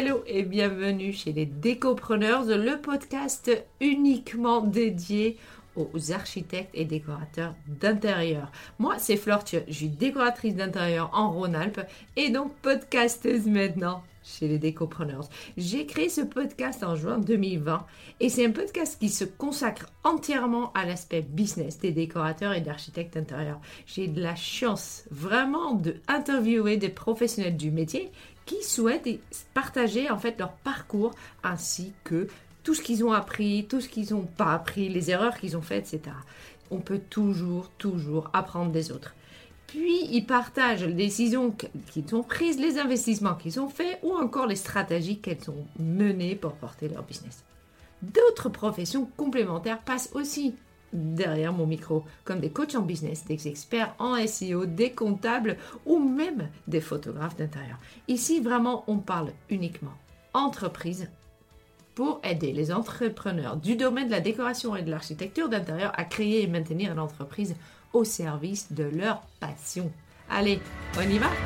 Hello et bienvenue chez les Décopreneurs, le podcast uniquement dédié aux architectes et décorateurs d'intérieur. Moi, c'est Flore Thieu, je suis décoratrice d'intérieur en Rhône-Alpes et donc podcasteuse maintenant chez les Décopreneurs. J'ai créé ce podcast en juin 2020 et c'est un podcast qui se consacre entièrement à l'aspect business des décorateurs et d'architectes d'intérieur. J'ai de la chance vraiment de interviewer des professionnels du métier qui souhaitent partager en fait leur parcours ainsi que tout ce qu'ils ont appris, tout ce qu'ils n'ont pas appris, les erreurs qu'ils ont faites, etc. On peut toujours apprendre des autres. Puis, ils partagent les décisions qu'ils ont prises, les investissements qu'ils ont faits ou encore les stratégies qu'elles ont menées pour porter leur business. D'autres professions complémentaires passent aussi derrière mon micro, comme des coachs en business, des experts en SEO, des comptables ou même des photographes d'intérieur. Ici, vraiment, on parle uniquement entreprise pour aider les entrepreneurs du domaine de la décoration et de l'architecture d'intérieur à créer et maintenir l'entreprise au service de leur passion. Allez, on y va?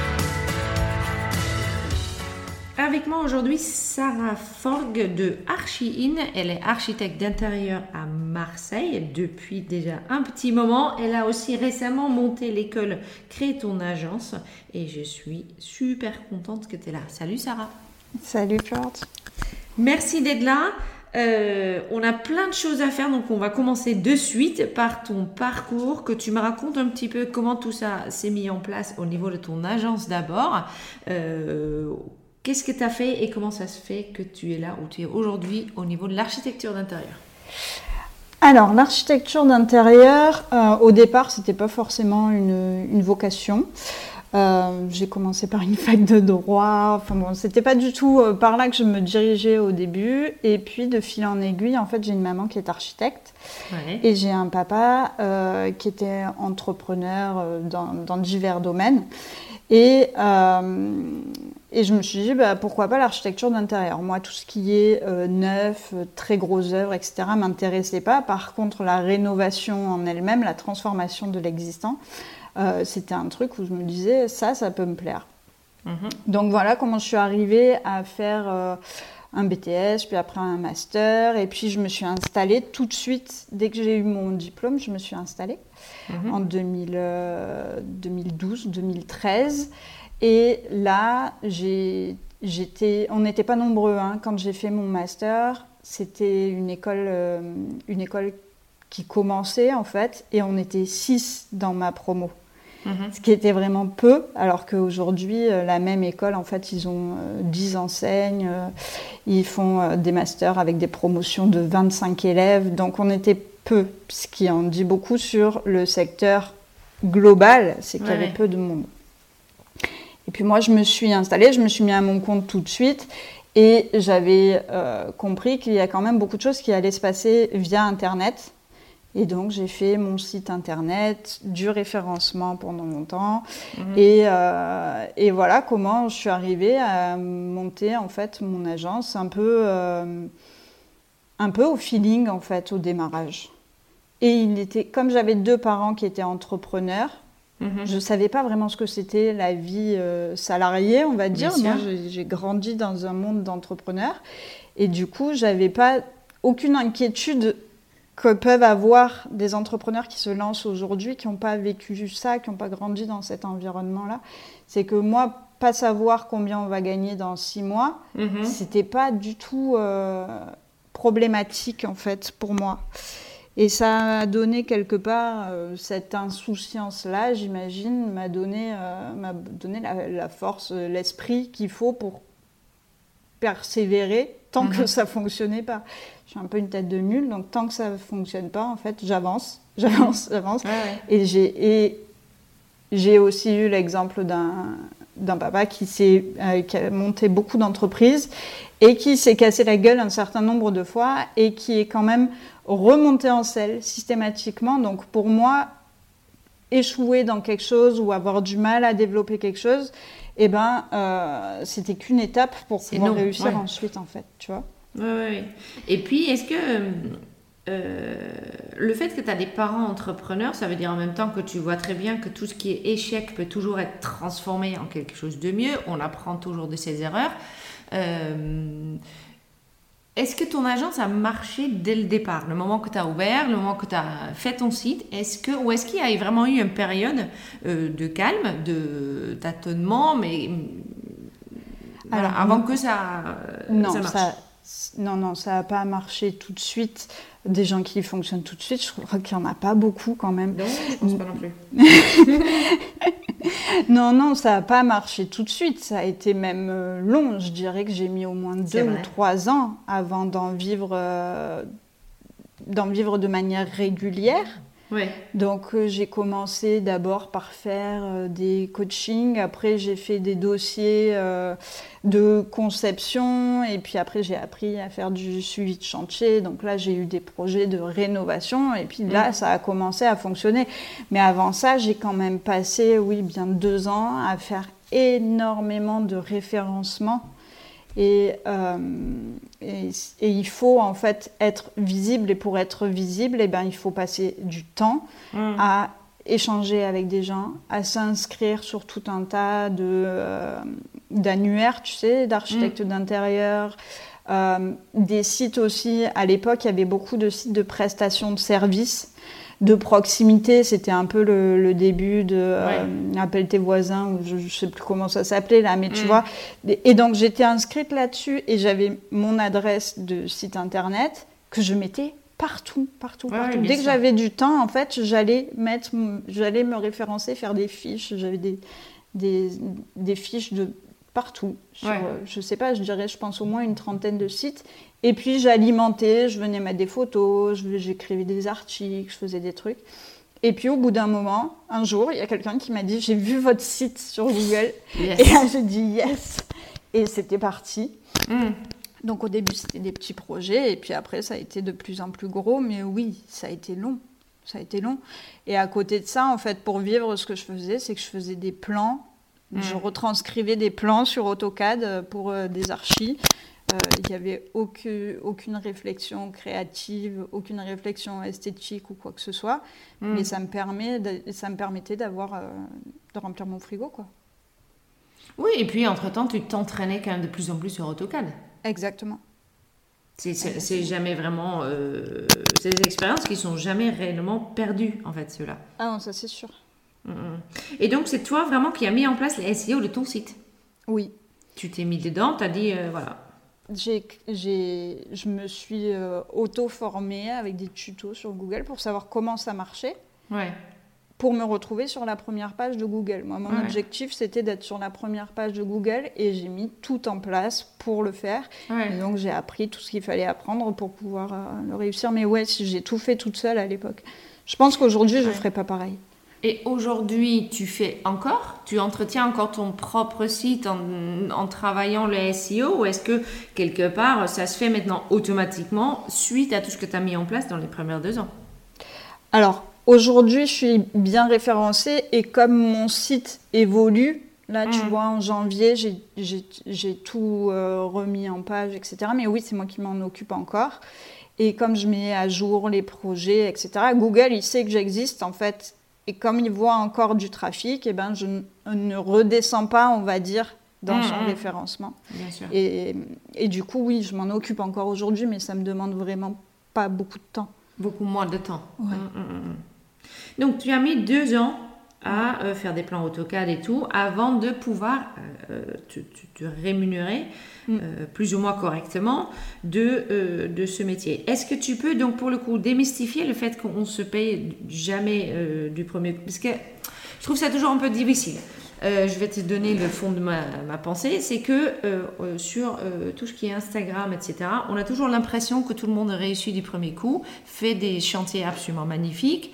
Avec moi aujourd'hui, Sarah Forgue de ArchiIn. Elle est architecte d'intérieur à Marseille depuis déjà un petit moment. Elle a aussi récemment monté l'école Crée ton agence et je suis super contente que tu es là. Salut Sarah. Salut Flore. Merci d'être là. On a plein de choses à faire, donc on va commencer de suite par ton parcours, que tu me racontes un petit peu comment tout ça s'est mis en place au niveau de ton agence d'abord. Qu'est-ce que tu as fait et comment ça se fait que tu es là où tu es aujourd'hui au niveau de l'architecture d'intérieur? Alors, l'architecture d'intérieur, au départ, c'était pas forcément une vocation. J'ai commencé par une fac de droit. Enfin bon, c'était pas du tout par là que je me dirigeais au début. Et puis, de fil en aiguille, en fait, j'ai une maman qui est architecte. Ouais. Et j'ai un papa qui était entrepreneur dans divers domaines. Et je me suis dit, pourquoi pas l'architecture d'intérieur. Moi, tout ce qui est neuf, très grosse œuvre, etc., m'intéressait pas. Par contre, la rénovation en elle-même, la transformation de l'existant, c'était un truc où je me disais, ça peut me plaire. Donc voilà comment je suis arrivée à faire un BTS, puis après un master. Et puis, je me suis installée tout de suite. Dès que j'ai eu mon diplôme, je me suis installée en 2012-2013. Et là, on n'était pas nombreux quand j'ai fait mon master. C'était une école qui commençait en fait, et on était 6 dans ma promo. Ce qui était vraiment peu, alors qu'aujourd'hui, la même école, en fait, ils ont 10 enseignes, ils font des masters avec des promotions de 25 élèves, donc on était peu, ce qui en dit beaucoup sur le secteur global, c'est qu'il y avait peu de monde. Et puis moi, je me suis installée, je me suis mis à mon compte tout de suite et j'avais compris qu'il y a quand même beaucoup de choses qui allaient se passer via Internet. Et donc, j'ai fait mon site Internet, du référencement pendant longtemps. Et voilà comment je suis arrivée à monter en fait mon agence un peu au feeling en fait, au démarrage. Et comme j'avais 2 parents qui étaient entrepreneurs, je ne savais pas vraiment ce que c'était la vie salariée, on va dire. Moi, j'ai grandi dans un monde d'entrepreneurs. Et du coup, je n'avais pas aucune inquiétude que peuvent avoir des entrepreneurs qui se lancent aujourd'hui, qui n'ont pas vécu ça, qui n'ont pas grandi dans cet environnement-là. C'est que moi, pas savoir combien on va gagner dans 6 mois, c'était pas du tout problématique, en fait, pour moi. Et ça a donné quelque part, cette insouciance-là, j'imagine, m'a donné la force, l'esprit qu'il faut pour persévérer tant que ça ne fonctionnait pas. Je suis un peu une tête de mule, donc tant que ça ne fonctionne pas, en fait, j'avance. Ouais. Et j'ai aussi eu l'exemple d'un papa qui a monté beaucoup d'entreprises et qui s'est cassé la gueule un certain nombre de fois et qui est quand même remonté en selle systématiquement. Donc pour moi, échouer dans quelque chose ou avoir du mal à développer quelque chose, c'était qu'une étape pour pouvoir réussir ensuite, en fait, tu vois. Oui. Et puis, est-ce que le fait que tu as des parents entrepreneurs, ça veut dire en même temps que tu vois très bien que tout ce qui est échec peut toujours être transformé en quelque chose de mieux. On apprend toujours de ses erreurs. Est-ce que ton agence a marché dès le départ, le moment que tu as ouvert, le moment que tu as fait ton site, ou est-ce qu'il y a vraiment eu une période de calme, de tâtonnement, mais voilà, avant que ça marche? Non, ça n'a pas marché tout de suite. Des gens qui fonctionnent tout de suite, je crois qu'il n'y en a pas beaucoup quand même. Non, je pense pas non plus. Non, ça n'a pas marché tout de suite. Ça a été même long. Je dirais que j'ai mis au moins 2 ou 3 ans avant d'en vivre de manière régulière. Ouais. Donc j'ai commencé d'abord par faire des coachings, après j'ai fait des dossiers de conception et puis après j'ai appris à faire du suivi de chantier. Donc là j'ai eu des projets de rénovation et puis là ça a commencé à fonctionner. Mais avant ça j'ai quand même passé bien 2 ans à faire énormément de référencement. Et il faut en fait être visible, et pour être visible, il faut passer du temps à échanger avec des gens, à s'inscrire sur tout un tas d'annuaires, tu sais, d'architectes d'intérieur, des sites aussi. À l'époque, il y avait beaucoup de sites de prestations de services, de proximité. C'était un peu le début de Appelle tes voisins, ou je ne sais plus comment ça s'appelait là, mais tu vois. Et donc j'étais inscrite là-dessus et j'avais mon adresse de site internet que je mettais partout. Dès que j'avais du temps, en fait, j'allais me référencer, faire des fiches. J'avais des fiches de partout. Sur, je sais pas, je pense au moins une 30aine de sites. Et puis j'alimentais, je venais mettre des photos, j'écrivais des articles, je faisais des trucs. Et puis au bout d'un moment, un jour, il y a quelqu'un qui m'a dit « J'ai vu votre site sur Google ». Yes. Et là, j'ai dit « Yes ». Et c'était parti. Donc au début, c'était des petits projets. Et puis après, ça a été de plus en plus gros. Mais oui, ça a été long. Et à côté de ça, en fait, pour vivre, ce que je faisais, c'est que je faisais des plans. Je retranscrivais des plans sur AutoCAD pour des archis. Il n'y avait aucune réflexion créative, aucune réflexion esthétique ou quoi que ce soit. Mais ça me permettait de remplir mon frigo, quoi. Oui, et puis entre-temps, tu t'entraînais quand même de plus en plus sur AutoCAD. Exactement. C'est jamais vraiment... c'est des expériences qui sont jamais réellement perdues, en fait, ceux-là. Ah non, ça c'est sûr. Et donc, c'est toi vraiment qui as mis en place les SEO de ton site. Oui. Tu t'es mis dedans, tu as dit, voilà. Je me suis auto-formée avec des tutos sur Google pour savoir comment ça marchait. Ouais. Pour me retrouver sur la première page de Google. Moi, mon objectif, c'était d'être sur la première page de Google et j'ai mis tout en place pour le faire. Ouais. Et donc, j'ai appris tout ce qu'il fallait apprendre pour pouvoir le réussir. Mais ouais, j'ai tout fait toute seule à l'époque. Je pense qu'aujourd'hui, je ne ferais pas pareil. Et aujourd'hui, tu entretiens encore ton propre site en travaillant le SEO, ou est-ce que quelque part, ça se fait maintenant automatiquement suite à tout ce que tu as mis en place dans les premières 2 ans? Alors, aujourd'hui, je suis bien référencée et comme mon site évolue, là, tu vois, en janvier, j'ai tout remis en page, etc. Mais oui, c'est moi qui m'en occupe encore. Et comme je mets à jour les projets, etc., Google, il sait que j'existe, en fait. Et comme il voit encore du trafic, je ne redescends pas, on va dire, dans son référencement. Bien sûr. Et du coup, oui, je m'en occupe encore aujourd'hui, mais ça me demande vraiment pas beaucoup de temps. Beaucoup moins de temps. Ouais. Donc, tu as mis 2 ans à faire des plans AutoCAD et tout, avant de pouvoir te rémunérer plus ou moins correctement de ce métier. Est-ce que tu peux, donc, pour le coup, démystifier le fait qu'on se paye jamais du premier coup? Parce que je trouve ça toujours un peu difficile. Je vais te donner le fond de ma pensée, c'est que sur tout ce qui est Instagram, etc., on a toujours l'impression que tout le monde réussit du premier coup, fait des chantiers absolument magnifiques,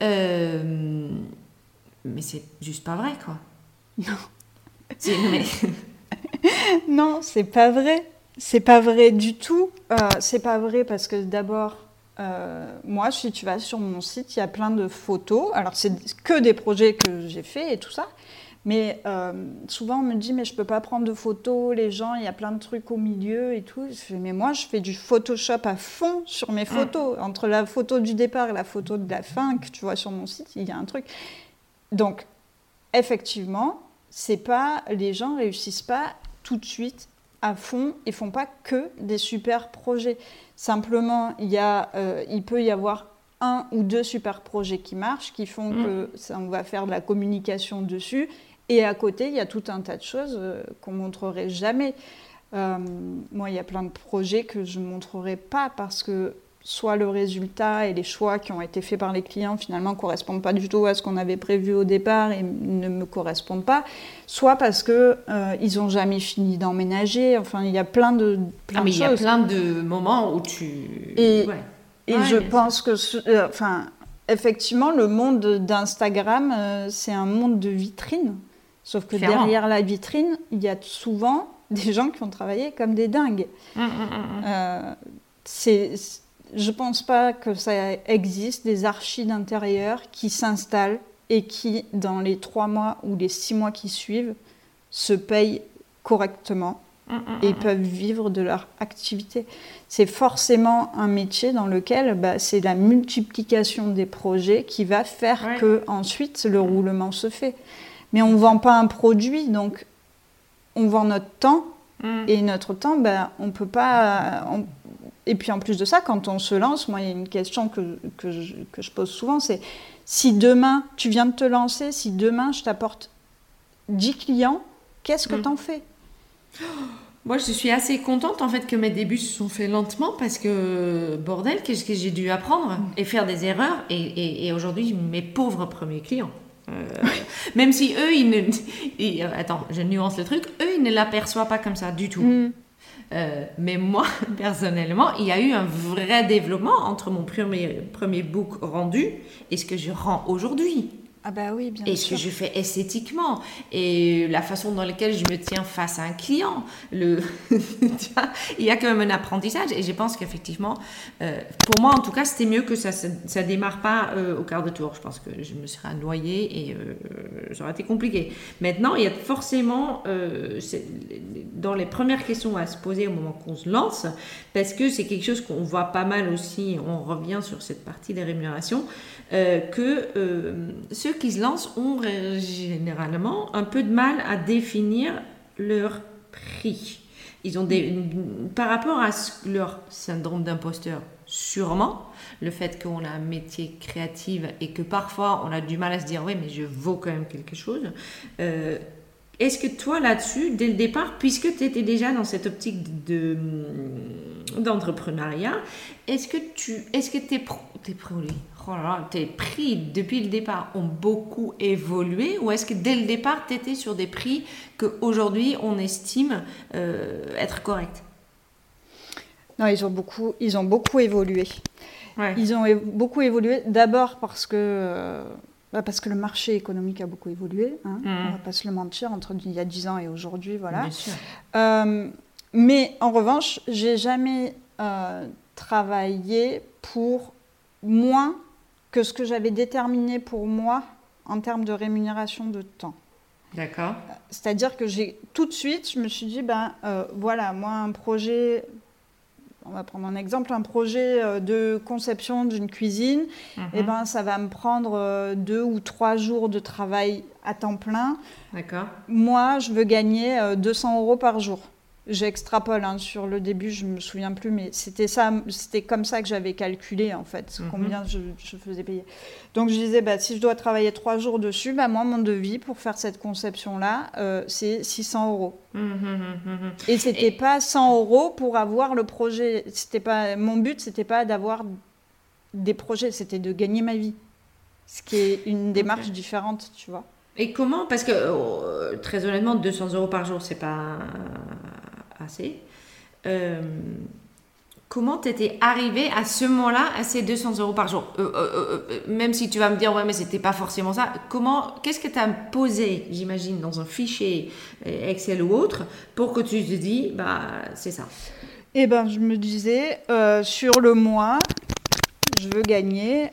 mais c'est juste pas vrai, quoi. Non. Non, c'est pas vrai. C'est pas vrai du tout. C'est pas vrai parce que d'abord, moi, si tu vas sur mon site, il y a plein de photos. Alors, c'est que des projets que j'ai faits et tout ça. Mais souvent, on me dit, mais je peux pas prendre de photos, les gens, il y a plein de trucs au milieu et tout. Je fais, mais moi, je fais du Photoshop à fond sur mes photos. Entre la photo du départ et la photo de la fin que tu vois sur mon site, il y a un truc. Donc, effectivement, les gens réussissent pas tout de suite à fond et font pas que des super projets. Simplement, il peut y avoir 1 ou 2 super projets qui marchent, qui font que on va faire de la communication dessus. Et à côté, il y a tout un tas de choses qu'on ne montrerait jamais. Moi, il y a plein de projets que je ne montrerai pas parce que soit le résultat et les choix qui ont été faits par les clients finalement ne correspondent pas du tout à ce qu'on avait prévu au départ et ne me correspondent pas, soit parce qu'ils n'ont jamais fini d'emménager. Enfin, il y a plein de choses. Il y a plein de moments où tu... Et je pense que... effectivement, le monde d'Instagram, c'est un monde de vitrine. Sauf que derrière la vitrine, il y a souvent des gens qui ont travaillé comme des dingues. Je pense pas que ça existe des archis d'intérieur qui s'installent et qui, dans les 3 mois ou les 6 mois qui suivent, se payent correctement et peuvent vivre de leur activité. C'est forcément un métier dans lequel c'est la multiplication des projets qui va faire que ensuite le roulement se fait. Mais on ne vend pas un produit, donc on vend notre temps. Et notre temps, on ne peut pas... Et puis en plus de ça, quand on se lance, moi, il y a une question que je pose souvent, c'est si demain, tu viens de te lancer, si demain, je t'apporte 10 clients, qu'est-ce que t'en fais ? Moi, je suis assez contente en fait que mes débuts se sont faits lentement parce que, bordel, qu'est-ce que j'ai dû apprendre et faire des erreurs. Et aujourd'hui, mes pauvres premiers clients. Même si eux, attends, je nuance le truc, eux, ils ne l'aperçoivent pas comme ça du tout. Mais moi, personnellement, il y a eu un vrai développement entre mon premier book rendu et ce que je rends aujourd'hui. Ah bah oui, bien sûr. Et ce que je fais esthétiquement et la façon dans laquelle je me tiens face à un client. Tu vois, il y a quand même un apprentissage et je pense qu'effectivement, pour moi en tout cas, c'était mieux que ça démarre pas au quart de tour. Je pense que je me serais noyée et ça aurait été compliqué. Maintenant, il y a forcément dans les premières questions à se poser au moment qu'on se lance, parce que c'est quelque chose qu'on voit pas mal aussi, on revient sur cette partie des rémunérations, que ceux qui se lancent ont généralement un peu de mal à définir leur prix. Ils ont par rapport à leur syndrome d'imposteur, sûrement, le fait qu'on a un métier créatif et que parfois on a du mal à se dire oui mais je vaux quand même quelque chose. Est-ce que toi là-dessus, dès le départ, puisque tu étais déjà dans cette optique d'entrepreneuriat, est-ce que tes prix depuis le départ ont beaucoup évolué ou est-ce que dès le départ tu étais sur des prix qu'aujourd'hui on estime être corrects? Non, ils ont beaucoup évolué. Ouais. Ils ont beaucoup évolué d'abord parce que le marché économique a beaucoup évolué, hein. On ne va pas se le mentir, entre il y a 10 ans et aujourd'hui, voilà. Bien sûr. Mais en revanche, je n'ai jamais travaillé pour moins que ce que j'avais déterminé pour moi en termes de rémunération de temps. D'accord. C'est-à-dire que tout de suite, je me suis dit, voilà, moi, un projet... On va prendre un exemple, un projet de conception d'une cuisine, ça va me prendre 2 ou 3 jours de travail à temps plein. D'accord. Moi, je veux gagner 200 € par jour. J'extrapole, hein, sur le début, je ne me souviens plus, mais c'était comme ça que j'avais calculé, en fait, combien je faisais payer. Donc, je disais, si je dois travailler 3 jours dessus, moi, mon devis pour faire cette conception-là, c'est 600 €. Et ce n'était pas 100 € pour avoir le projet. Mon but, ce n'était pas d'avoir des projets, c'était de gagner ma vie. Ce qui est une démarche différente, tu vois. Et comment, parce que très honnêtement, 200 € par jour, c'est pas assez. Comment t'étais arrivée à ce moment-là à ces 200 € par jour, même si tu vas me dire ouais mais c'était pas forcément ça. Qu'est-ce que tu as posé, j'imagine, dans un fichier Excel ou autre pour que tu te dis c'est ça. Je me disais sur le mois je veux gagner,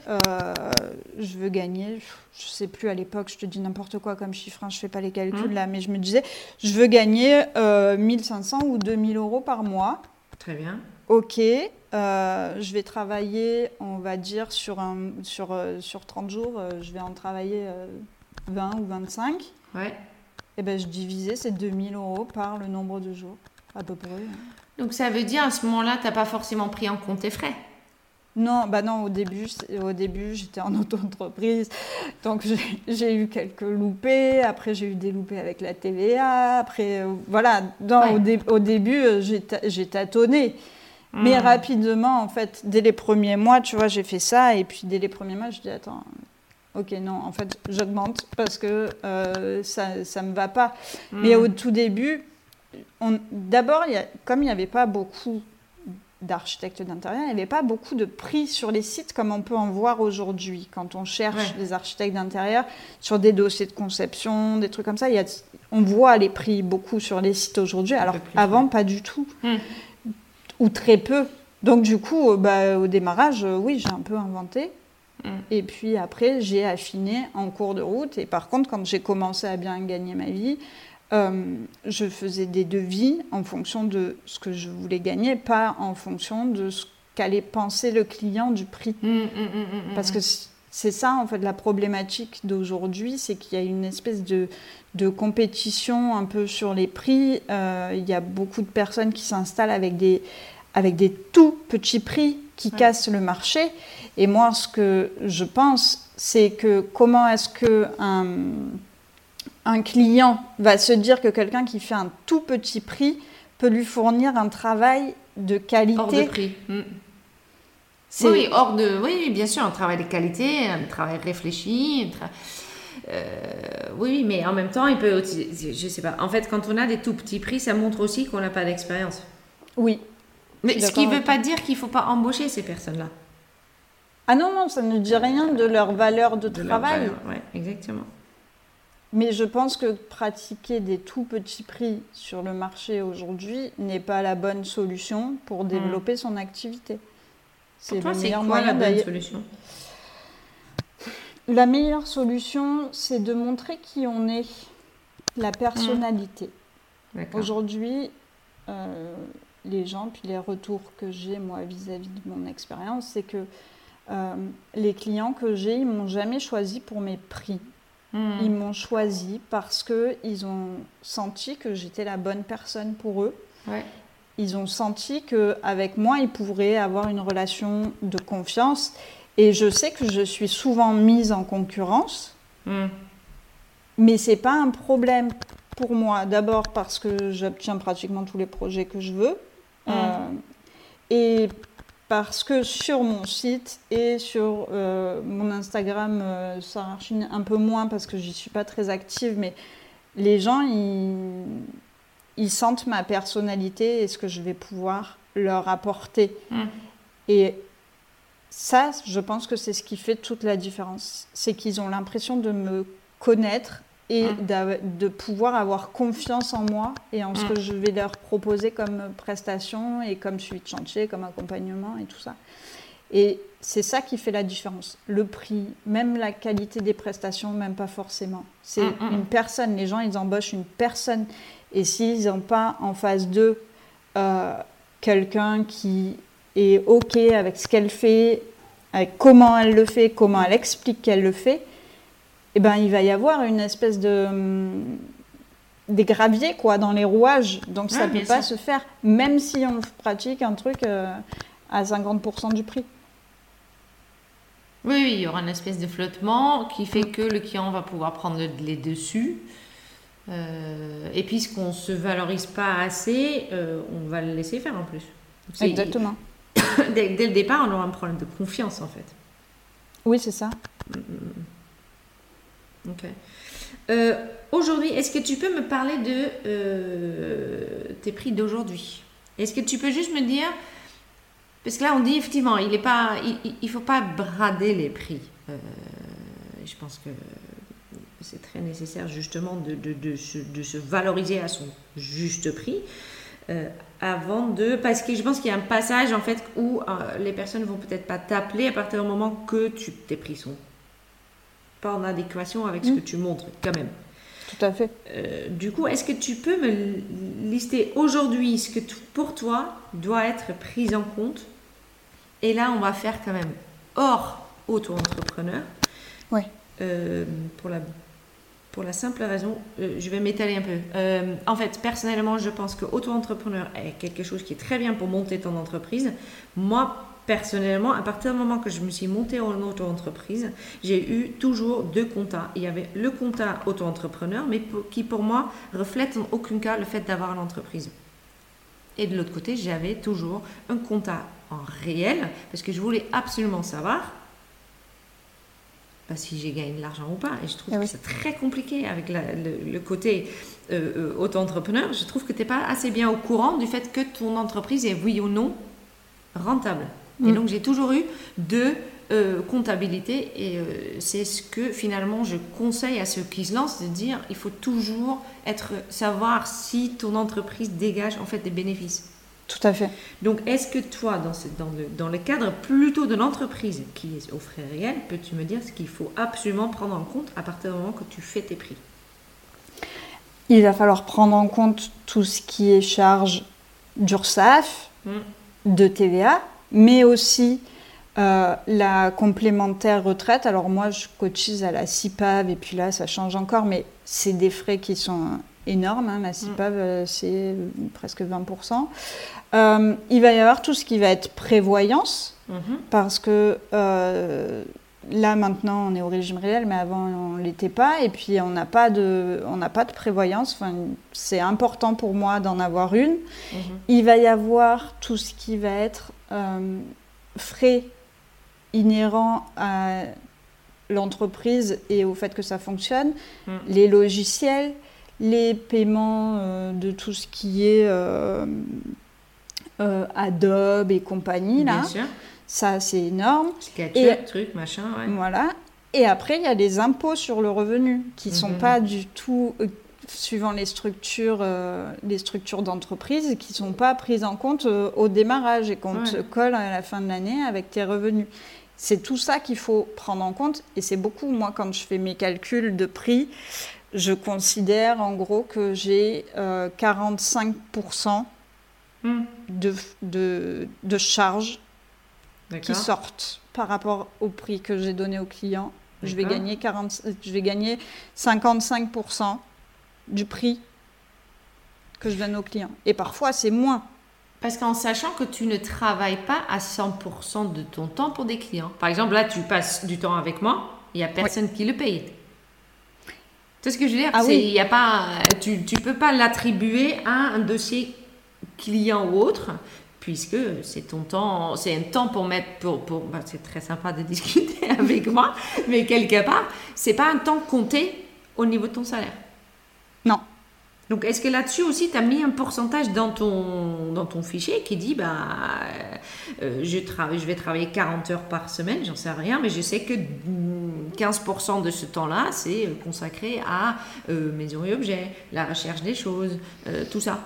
je sais plus à l'époque, je te dis n'importe quoi comme chiffre, hein, je fais pas les calculs là, mais je me disais, je veux gagner 1500 ou 2000 euros par mois. Très bien. Ok, je vais travailler, on va dire, sur 30 jours, je vais en travailler 20 ou 25. Ouais. Et ben, je divisais ces 2000 euros par le nombre de jours, à peu près. Donc ça veut dire à ce moment-là, tu n'as pas forcément pris en compte tes frais. Non, bah non, au début j'étais en auto-entreprise, donc j'ai eu quelques loupés, après j'ai eu des loupés avec la TVA, après, voilà, au début, j'ai tâtonné. Mais rapidement, en fait, dès les premiers mois, tu vois, j'ai fait ça, et puis dès les premiers mois, je dis, attends, ok, non, en fait, j'augmente parce que ça me va pas. Mais au tout début, d'abord, comme il n'y avait pas beaucoup d'architectes d'intérieur, il n'y avait pas beaucoup de prix sur les sites comme on peut en voir aujourd'hui. Quand on cherche des architectes d'intérieur sur des dossiers de conception, des trucs comme ça, on voit les prix beaucoup sur les sites aujourd'hui, alors avant, pas du tout. Ou très peu. Donc du coup, au démarrage, oui, j'ai un peu inventé. Et puis après, j'ai affiné en cours de route. Et par contre, quand j'ai commencé à bien gagner ma vie, je faisais des devis en fonction de ce que je voulais gagner, pas en fonction de ce qu'allait penser le client du prix. Parce que c'est ça, en fait, la problématique d'aujourd'hui, c'est qu'il y a une espèce de compétition un peu sur les prix. Il y a beaucoup de personnes qui s'installent avec des tout petits prix qui cassent le marché. Et moi, ce que je pense, c'est que comment est-ce qu'un client va se dire que quelqu'un qui fait un tout petit prix peut lui fournir un travail de qualité. Hors de prix. Oui, bien sûr, un travail de qualité, un travail réfléchi. Oui, mais en même temps, il peut aussi, je sais pas. En fait, quand on a des tout petits prix, ça montre aussi qu'on n'a pas d'expérience. Oui. Mais ce qui ne veut pas dire qu'il ne faut pas embaucher ces personnes-là. Ah non, ça ne dit rien de leur valeur de travail. Oui, exactement. Mais je pense que pratiquer des tout petits prix sur le marché aujourd'hui n'est pas la bonne solution pour développer son activité. Pour toi, c'est quoi la bonne solution ? La meilleure solution, c'est de montrer qui on est, la personnalité. Aujourd'hui, les gens, puis les retours que j'ai moi vis-à-vis de mon expérience, c'est que les clients que j'ai, ils m'ont jamais choisi pour mes prix. Ils m'ont choisi parce qu'ils ont senti que j'étais la bonne personne pour eux. Ils ont senti qu'avec moi, ils pourraient avoir une relation de confiance. Et je sais que je suis souvent mise en concurrence, mais ce n'est pas un problème pour moi. D'abord parce que j'obtiens pratiquement tous les projets que je veux. Et parce que sur mon site et sur mon Instagram, ça marche un peu moins parce que j'y suis pas très active, mais les gens, ils sentent ma personnalité et ce que je vais pouvoir leur apporter. Et ça, je pense que c'est ce qui fait toute la différence. C'est qu'ils ont l'impression de me connaître et de pouvoir avoir confiance en moi et en ce que je vais leur proposer comme prestation et comme suivi de chantier, comme accompagnement et tout ça. Et c'est ça qui fait la différence. Le prix, même la qualité des prestations, même pas forcément. C'est une personne. Les gens, ils embauchent une personne. Et s'ils n'ont pas en face d'eux quelqu'un qui est OK avec ce qu'elle fait, avec comment elle le fait, comment elle explique qu'elle le fait, eh ben, il va y avoir une espèce des graviers quoi, dans les rouages. Donc ça ne peut pas se faire, même si on pratique un truc à 50% du prix. Oui, il y aura une espèce de flottement qui fait que le client va pouvoir prendre les dessus. Et puisqu'on ne se valorise pas assez, on va le laisser faire en plus. Exactement. Dès le départ, on aura un problème de confiance en fait. Oui, c'est ça. Ok. Aujourd'hui, est-ce que tu peux me parler de tes prix d'aujourd'hui ? Est-ce que tu peux juste me dire, parce que là on dit effectivement, il faut pas brader les prix. Je pense que c'est très nécessaire justement de se valoriser à son juste prix. avant de... Parce que je pense qu'il y a un passage en fait où les personnes vont peut-être pas t'appeler à partir du moment que tes prix sont pas en adéquation avec ce que tu montres quand même. Tout à fait. Du coup, est-ce que tu peux me lister aujourd'hui ce que pour toi doit être pris en compte? Et là, on va faire quand même hors auto-entrepreneur. Oui. Pour la simple raison, je vais m'étaler un peu. En fait, personnellement, je pense que auto-entrepreneur est quelque chose qui est très bien pour monter ton entreprise. Moi, personnellement, à partir du moment que je me suis montée en auto-entreprise, j'ai eu toujours 2 comptas. Il y avait le compta auto-entrepreneur, mais qui pour moi reflète en aucun cas le fait d'avoir l'entreprise. Et de l'autre côté, j'avais toujours un compta en réel, parce que je voulais absolument savoir si j'ai gagné de l'argent ou pas. Et je trouve que c'est très compliqué avec le côté auto-entrepreneur. Je trouve que tu n'es pas assez bien au courant du fait que ton entreprise est oui ou non rentable. Et donc, j'ai toujours eu 2 comptabilités. Et c'est ce que finalement je conseille à ceux qui se lancent, de dire il faut toujours savoir si ton entreprise dégage en fait des bénéfices. Tout à fait. Donc, est-ce que toi, dans le cadre plutôt de l'entreprise qui est aux frais réels, peux-tu me dire ce qu'il faut absolument prendre en compte à partir du moment que tu fais tes prix? Il va falloir prendre en compte tout ce qui est charge d'URSSAF, de TVA, mais aussi la complémentaire retraite. Alors moi, je cotise à la CIPAV et puis là, ça change encore, mais c'est des frais qui sont énormes. Hein. La CIPAV, c'est presque 20%. Il va y avoir tout ce qui va être prévoyance, parce que là, maintenant, on est au régime réel, mais avant, on ne l'était pas. Et puis, on n'a pas de prévoyance. Enfin, c'est important pour moi d'en avoir une. Il va y avoir tout ce qui va être frais inhérents à l'entreprise et au fait que ça fonctionne. Les logiciels, les paiements de tout ce qui est Adobe et compagnie. Bien là. sûr. Ça, c'est énorme. SketchUp, truc, machin, ouais. Voilà. Et après, il y a les impôts sur le revenu qui ne sont pas du tout, suivant les structures d'entreprise, qui ne sont pas prises en compte au démarrage et qu'on te colle à la fin de l'année avec tes revenus. C'est tout ça qu'il faut prendre en compte. Et c'est beaucoup, moi, quand je fais mes calculs de prix, je considère en gros que j'ai 45% de charges qui sortent par rapport au prix que j'ai donné au client. Je vais gagner 55% du prix que je donne au client. Et parfois, c'est moins. Parce qu'en sachant que tu ne travailles pas à 100% de ton temps pour des clients. Par exemple, là, tu passes du temps avec moi, il n'y a personne qui le paye. Tu sais ce que je veux dire? Y a pas, tu ne peux pas l'attribuer à un dossier client ou autre, puisque c'est ton temps, c'est un temps pour mettre c'est très sympa de discuter avec moi, mais quelque part, c'est pas un temps compté au niveau de ton salaire. Non. Donc, est-ce que là-dessus aussi, tu as mis un pourcentage dans ton fichier qui dit, je vais travailler 40 heures par semaine, j'en sais rien, mais je sais que 15% de ce temps-là, c'est consacré à maison et objets, la recherche des choses, tout ça.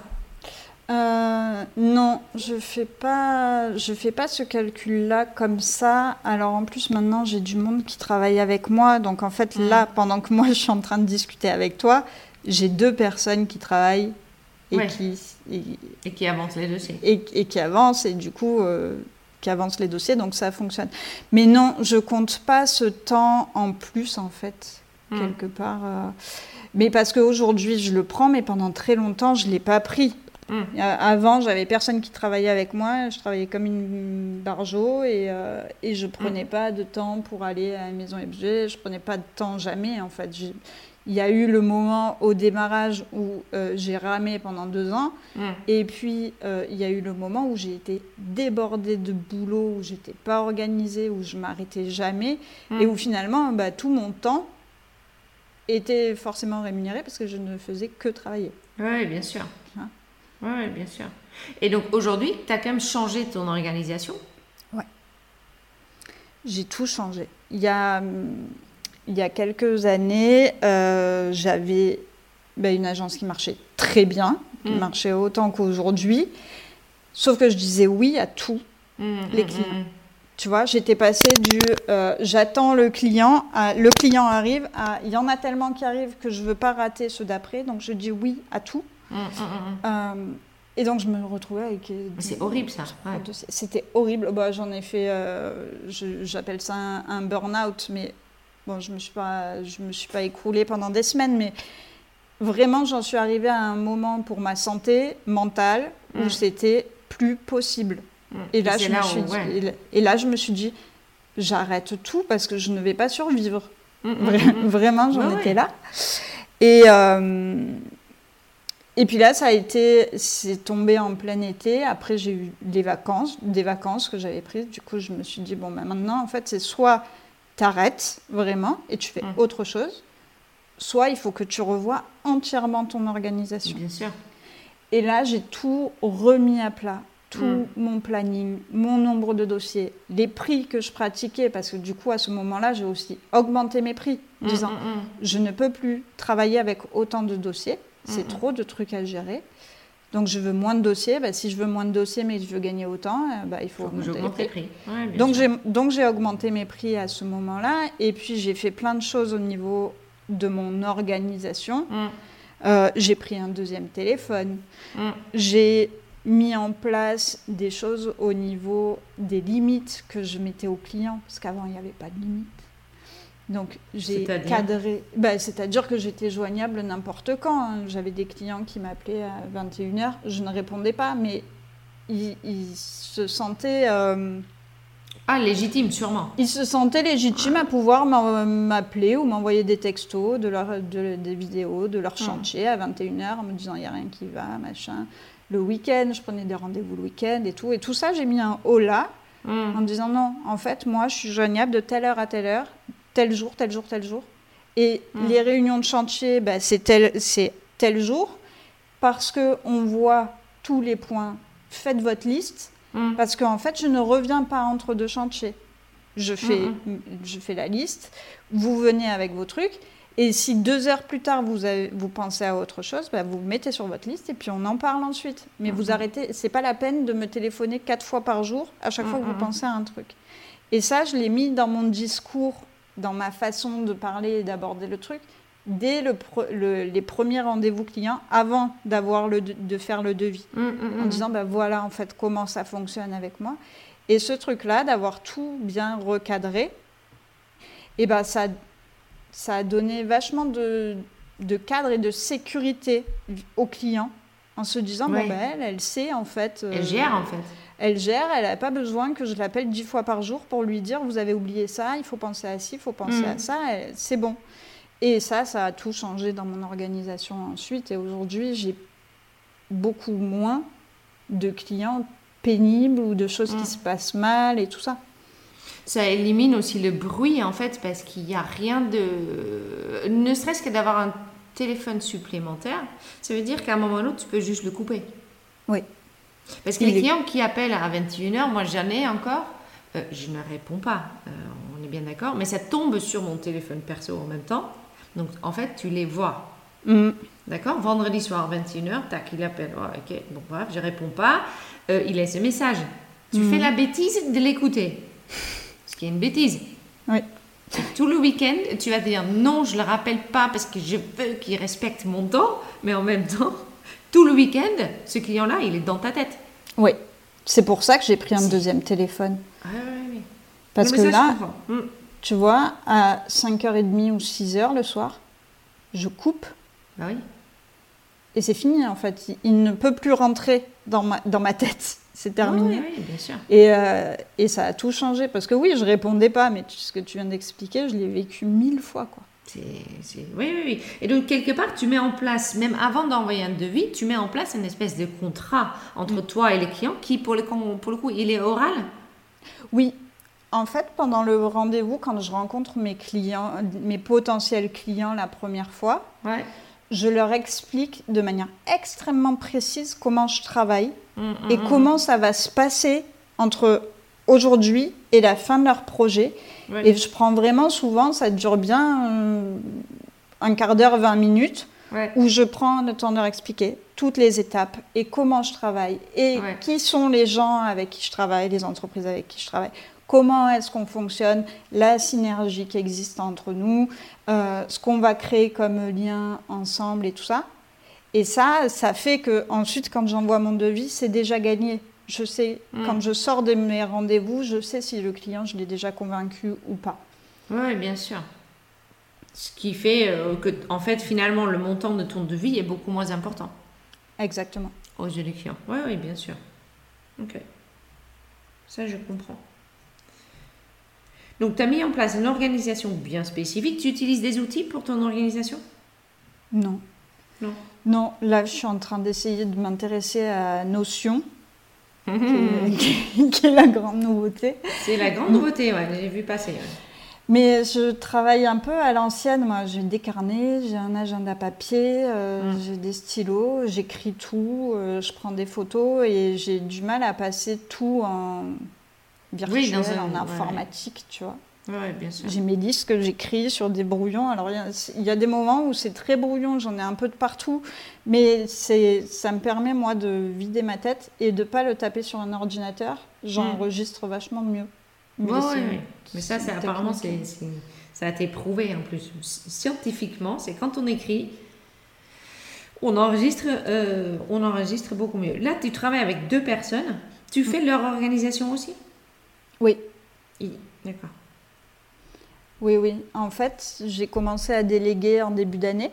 Non, je fais pas ce calcul-là comme ça. Alors en plus maintenant j'ai du monde qui travaille avec moi, donc en fait là pendant que moi je suis en train de discuter avec toi, j'ai 2 personnes qui travaillent et qui avancent les dossiers et qui avancent et du coup qui avancent les dossiers, donc ça fonctionne. Mais non, je compte pas ce temps en plus en fait quelque part. Mais parce qu'aujourd'hui je le prends, mais pendant très longtemps je l'ai pas pris. Avant, j'avais personne qui travaillait avec moi. Je travaillais comme une barjo et je prenais pas de temps pour aller à la maison objet. Je prenais pas de temps jamais en fait. Il y a eu le moment au démarrage où j'ai ramé pendant 2 ans et puis il y a eu le moment où j'ai été débordée de boulot, où j'étais pas organisée, où je m'arrêtais jamais et où finalement tout mon temps était forcément rémunéré parce que je ne faisais que travailler. Oui, bien sûr. Oui, bien sûr. Et donc, aujourd'hui, tu as quand même changé ton organisation? Oui. J'ai tout changé. Il y a quelques années, j'avais une agence qui marchait très bien, qui marchait autant qu'aujourd'hui. Sauf que je disais oui à tous les clients. Tu vois, j'étais passée du j'attends le client à le client arrive à il y en a tellement qui arrivent que je veux pas rater ceux d'après, donc je dis oui à tout. Et donc je me retrouvais avec. C'est horrible ça. Ouais. C'était horrible. Bah, j'en ai fait, j'appelle ça un burn-out, mais bon, je me suis pas écroulée pendant des semaines, mais vraiment j'en suis arrivée à un moment pour ma santé mentale où c'était plus possible. Et là, je me suis dit, j'arrête tout parce que je ne vais pas survivre. Vraiment, j'en étais là. Et puis là, c'est tombé en plein été. Après, j'ai eu des vacances que j'avais prises. Du coup, je me suis dit, bon, ben maintenant, en fait, c'est soit t'arrêtes vraiment et tu fais autre chose, soit il faut que tu revoies entièrement ton organisation. Bien sûr. Et là, j'ai tout remis à plat. Tout mon planning, mon nombre de dossiers, les prix que je pratiquais, parce que du coup, à ce moment-là, j'ai aussi augmenté mes prix, disant je ne peux plus travailler avec autant de dossiers, c'est trop de trucs à gérer. Donc, je veux moins de dossiers. Bah, si je veux moins de dossiers, mais que je veux gagner autant, il faut augmenter les prix. Ouais, donc, j'ai augmenté mes prix à ce moment-là. Et puis, j'ai fait plein de choses au niveau de mon organisation. J'ai pris un deuxième téléphone. J'ai mis en place des choses au niveau des limites que je mettais aux clients, parce qu'avant, il n'y avait pas de limites. Donc, j'ai cadré... c'est-à-dire que j'étais joignable n'importe quand. Hein. J'avais des clients qui m'appelaient à 21h, je ne répondais pas, mais ils se sentaient... légitime, sûrement. Ils se sentaient légitimes à pouvoir m'appeler ou m'envoyer des textos, des vidéos de leur chantier à 21h en me disant « il n'y a rien qui va, machin ». Le week-end, je prenais des rendez-vous le week-end et tout. Et tout ça, j'ai mis un « holà » en me disant « non, en fait, moi, je suis joignable de telle heure à telle heure, tel jour, tel jour, tel jour. » Et les réunions de chantier, c'est tel jour, parce qu'on voit tous les points. Faites votre liste, parce qu'en fait, je ne reviens pas entre deux chantiers. Je fais la liste, vous venez avec vos trucs. Et si 2 heures plus tard, vous pensez à autre chose, vous le mettez sur votre liste et puis on en parle ensuite. Mais vous arrêtez, c'est pas la peine de me téléphoner 4 fois par jour à chaque fois que vous pensez à un truc. Et ça, je l'ai mis dans mon discours, dans ma façon de parler et d'aborder le truc, dès les premiers rendez-vous clients, avant de faire le devis. En disant, voilà en fait comment ça fonctionne avec moi. Et ce truc-là, d'avoir tout bien recadré, et ça a donné vachement de cadre et de sécurité aux clients en se disant, elle sait en fait... elle gère en fait. Elle gère, elle n'a pas besoin que je l'appelle 10 fois par jour pour lui dire, vous avez oublié ça, il faut penser à ci, il faut penser à ça, c'est bon. Et ça a tout changé dans mon organisation ensuite. Et aujourd'hui, j'ai beaucoup moins de clients pénibles ou de choses qui se passent mal et tout ça. Ça élimine aussi le bruit, en fait, parce qu'il n'y a rien de... Ne serait-ce que d'avoir un téléphone supplémentaire, ça veut dire qu'à un moment ou l'autre, tu peux juste le couper. Oui. Parce que les clients qui appellent à 21h, moi, j'en ai encore, je ne réponds pas, on est bien d'accord, mais ça tombe sur mon téléphone perso en même temps. Donc, en fait, tu les vois. D'accord ? Vendredi soir, 21h, tac, il appelle. Oh, ok, bon, bref, je ne réponds pas. Il laisse un message. Tu fais la bêtise de l'écouter. Ce qui est une bêtise. Oui. Tout le week-end, tu vas te dire non, je ne le rappelle pas parce que je veux qu'il respecte mon temps, mais en même temps, tout le week-end, ce client-là, il est dans ta tête. Oui. C'est pour ça que j'ai pris un deuxième téléphone. Oui. Parce que là, tu vois, à 5h30 ou 6h le soir, je coupe. Bah oui. Et c'est fini, en fait. Il ne peut plus rentrer dans ma tête. C'est terminé. Oui, bien sûr. Et ça a tout changé. Parce que oui, je ne répondais pas, mais ce que tu viens d'expliquer, je l'ai vécu 1000 fois, quoi. Oui. Et donc, quelque part, tu mets en place, même avant d'envoyer un devis, tu mets en place une espèce de contrat entre toi et les clients qui, pour le coup, il est oral. Oui. En fait, pendant le rendez-vous, quand je rencontre mes clients, mes potentiels clients la première fois, je leur explique de manière extrêmement précise comment je travaille et comment ça va se passer entre aujourd'hui et la fin de leur projet. Ouais. Et je prends vraiment souvent, ça dure bien un quart d'heure, 20 minutes, où je prends le temps de leur expliquer toutes les étapes et comment je travaille et qui sont les gens avec qui je travaille, les entreprises avec qui je travaille, comment est-ce qu'on fonctionne, la synergie qui existe entre nous, ce qu'on va créer comme lien ensemble et tout ça. Et ça fait que ensuite, quand j'envoie mon devis, c'est déjà gagné. Je sais, quand je sors de mes rendez-vous, je sais si le client, je l'ai déjà convaincu ou pas. Oui, bien sûr. Ce qui fait que, en fait, finalement, le montant de ton devis est beaucoup moins important. Exactement. Aux yeux des clients. Oui, bien sûr. Ok. Ça, je comprends. Donc, tu as mis en place une organisation bien spécifique. Tu utilises des outils pour ton organisation ? Non. Non, là, je suis en train d'essayer de m'intéresser à Notion, qui est la grande nouveauté. C'est la grande nouveauté, ouais, j'ai vu passer. Ouais. Mais je travaille un peu à l'ancienne. Moi, j'ai des carnets, j'ai un agenda papier, j'ai des stylos, j'écris tout, je prends des photos et j'ai du mal à passer tout en virtuel, en informatique, tu vois. Oui, bien sûr. J'ai mes listes que j'écris sur des brouillons. Alors, il y a des moments où c'est très brouillon, j'en ai un peu de partout, mais ça me permet, moi, de vider ma tête et de ne pas le taper sur un ordinateur. J'enregistre vachement mieux. Oui. Mais ça, apparemment, ça a été prouvé en plus. Scientifiquement, c'est quand on écrit, on enregistre beaucoup mieux. Là, tu travailles avec 2 personnes. Tu fais leur organisation aussi ? Oui. D'accord. Oui. En fait, j'ai commencé à déléguer en début d'année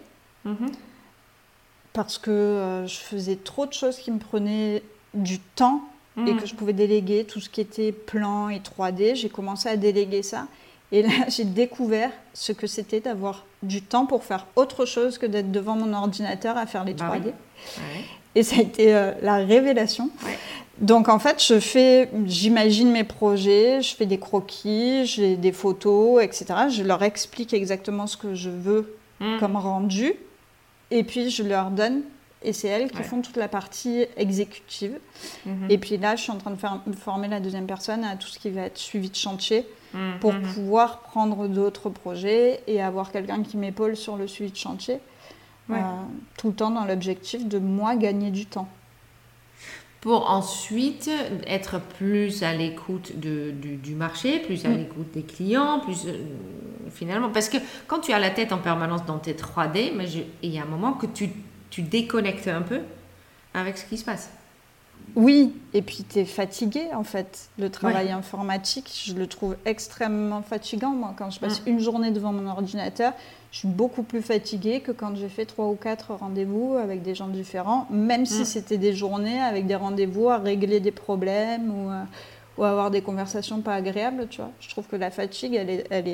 parce que je faisais trop de choses qui me prenaient du temps et que je pouvais déléguer tout ce qui était plan et 3D. J'ai commencé à déléguer ça. Et là, j'ai découvert ce que c'était d'avoir du temps pour faire autre chose que d'être devant mon ordinateur à faire les 3D. Oui. Ouais. Et ça a été la révélation. Ouais. Donc, en fait, j'imagine mes projets, je fais des croquis, j'ai des photos, etc. Je leur explique exactement ce que je veux comme rendu. Et puis, je leur donne. Et c'est elles qui font toute la partie exécutive. Et puis là, je suis en train de former la 2e personne à tout ce qui va être suivi de chantier pour pouvoir prendre d'autres projets et avoir quelqu'un qui m'épaule sur le suivi de chantier. Tout le temps dans l'objectif de, moi, gagner du temps. Pour ensuite être plus à l'écoute du marché, plus à l'écoute des clients, plus finalement... Parce que quand tu as la tête en permanence dans tes 3D, il y a un moment que tu déconnectes un peu avec ce qui se passe. Oui, et puis tu es fatigué en fait. Le travail informatique, je le trouve extrêmement fatigant. Moi, quand je passe une journée devant mon ordinateur, je suis beaucoup plus fatiguée que quand j'ai fait 3 ou 4 rendez-vous avec des gens différents, même si c'était des journées avec des rendez-vous à régler des problèmes ou avoir des conversations pas agréables, tu vois. Je trouve que la fatigue, elle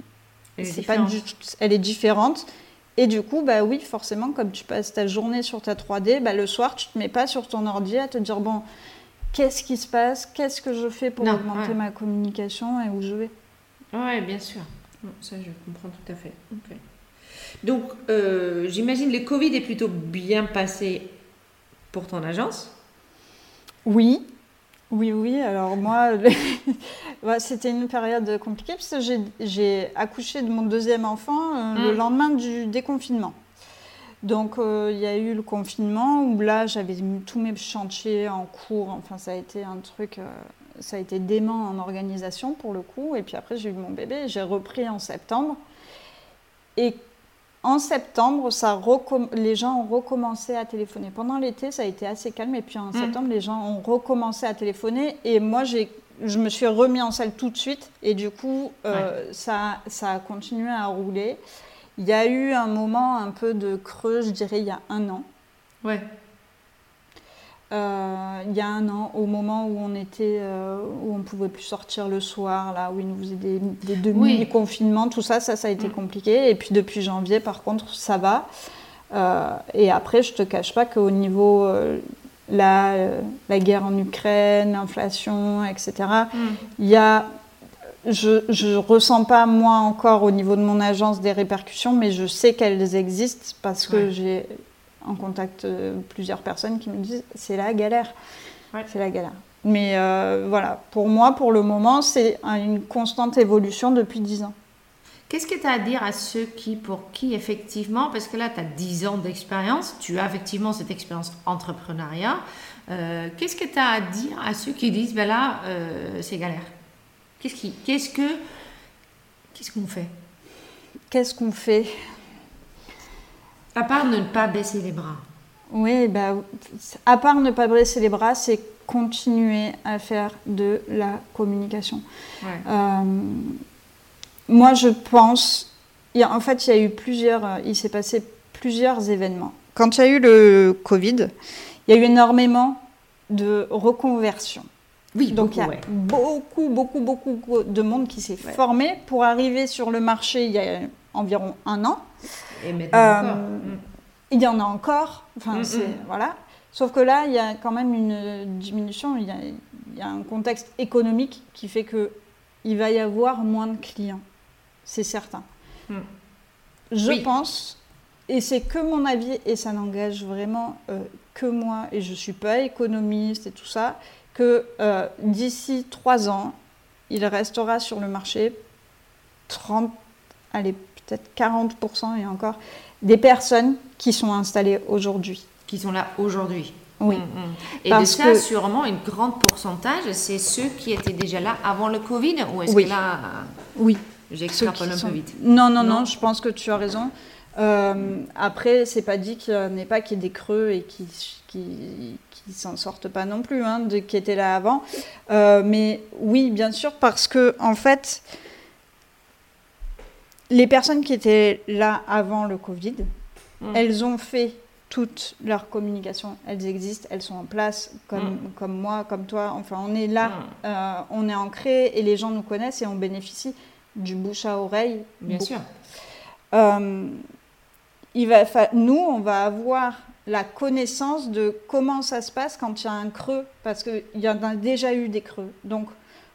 est différente. Et du coup, bah oui, forcément, comme tu passes ta journée sur ta 3D, bah le soir, tu ne te mets pas sur ton ordi à te dire, bon, qu'est-ce qui se passe ? Qu'est-ce que je fais pour augmenter ma communication et où je vais ? Oui, bien sûr. Ça, je comprends tout à fait. Okay. Donc, j'imagine que le Covid est plutôt bien passé pour ton agence ? Oui. Alors moi, c'était une période compliquée parce que j'ai accouché de mon 2e enfant le lendemain du déconfinement. Donc, il y a eu le confinement où là, j'avais mis tous mes chantiers en cours. Enfin, ça a été un truc, ça a été dément en organisation pour le coup. Et puis après, j'ai eu mon bébé et j'ai repris en septembre. Et en septembre, les gens ont recommencé à téléphoner. Pendant l'été, ça a été assez calme. Et puis en septembre, les gens ont recommencé à téléphoner. Et moi, je me suis remis en selle tout de suite. Et du coup, ça a continué à rouler. Il y a eu un moment un peu de creux, je dirais, il y a 1 an. Ouais. Il y a 1 an, au moment où on ne pouvait plus sortir le soir, là, où ils nous faisaient des demi-confinements, tout ça a été compliqué. Et puis depuis janvier, par contre, ça va. Et après, je ne te cache pas qu'au niveau la guerre en Ukraine, l'inflation, etc., il y a... Je ne ressens pas, moi, encore au niveau de mon agence des répercussions, mais je sais qu'elles existent parce que j'ai en contact plusieurs personnes qui me disent « c'est la galère ». C'est la galère. Mais voilà, pour moi, pour le moment, c'est une constante évolution depuis 10 ans. Qu'est-ce que tu as à dire à ceux pour qui effectivement, parce que là tu as 10 ans d'expérience, tu as effectivement cette expérience entrepreneuriat, qu'est-ce que tu as à dire à ceux qui disent, ben là, c'est galère. Qu'est-ce qu'on fait? Qu'est-ce qu'on fait? À part ne pas baisser les bras. Oui, à part ne pas baisser les bras, c'est continuer à faire de la communication. Ouais. Moi, je pense, il s'est passé plusieurs événements. Quand il y a eu le Covid, il y a eu énormément de reconversions. Oui, donc il y a beaucoup de monde qui s'est formé pour arriver sur le marché il y a environ 1 an. Et maintenant encore. Il y en a encore. Voilà. Sauf que là, il y a quand même une diminution. Il y a un contexte économique qui fait qu'il va y avoir moins de clients. C'est certain. Je pense, et c'est que mon avis, et ça n'engage vraiment que moi, et je ne suis pas économiste et tout ça, que d'ici 3 ans, il restera sur le marché peut-être 40% et encore, des personnes qui sont installées aujourd'hui. Qui sont là aujourd'hui. Oui. Et parce de ça, sûrement, une grande pourcentage, c'est ceux qui étaient déjà là avant le Covid, ou est-ce que là... Oui. J'extrapole un peu vite. Non, je pense que tu as raison. Après, c'est pas dit qu'il n'y ait des creux et qui s'en sortent pas non plus, qui étaient là avant. Mais oui, bien sûr, parce que en fait, les personnes qui étaient là avant le Covid, elles ont fait toute leur communication. Elles existent, elles sont en place, comme moi, comme toi. Enfin, on est là, on est ancré et les gens nous connaissent et on bénéficie du bouche à oreille. Bien sûr. Nous, on va avoir la connaissance de comment ça se passe quand il y a un creux, parce qu'il y en a déjà eu des creux. Donc,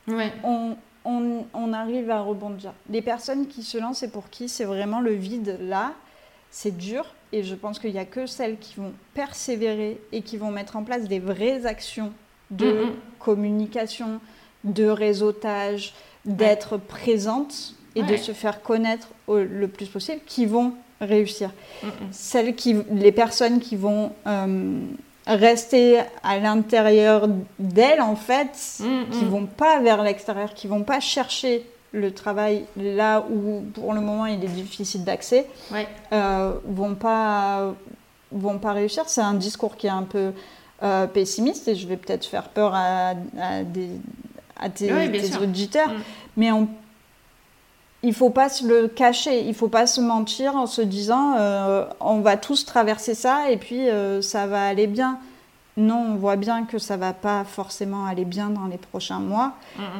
on arrive à rebondir. Les personnes qui se lancent et pour qui c'est vraiment le vide là, c'est dur. Et je pense qu'il n'y a que celles qui vont persévérer et qui vont mettre en place des vraies actions de communication, de réseautage, d'être présentes et de se faire connaître le plus possible, qui vont réussir. Les personnes qui vont rester à l'intérieur d'elles, en fait, qui ne vont pas vers l'extérieur, qui ne vont pas chercher le travail là où, pour le moment, il est difficile d'accès, vont pas réussir. C'est un discours qui est un peu pessimiste et je vais peut-être faire peur à tes auditeurs, mais il ne faut pas se le cacher, il ne faut pas se mentir en se disant on va tous traverser ça et puis ça va aller bien. Non, on voit bien que ça ne va pas forcément aller bien dans les prochains mois,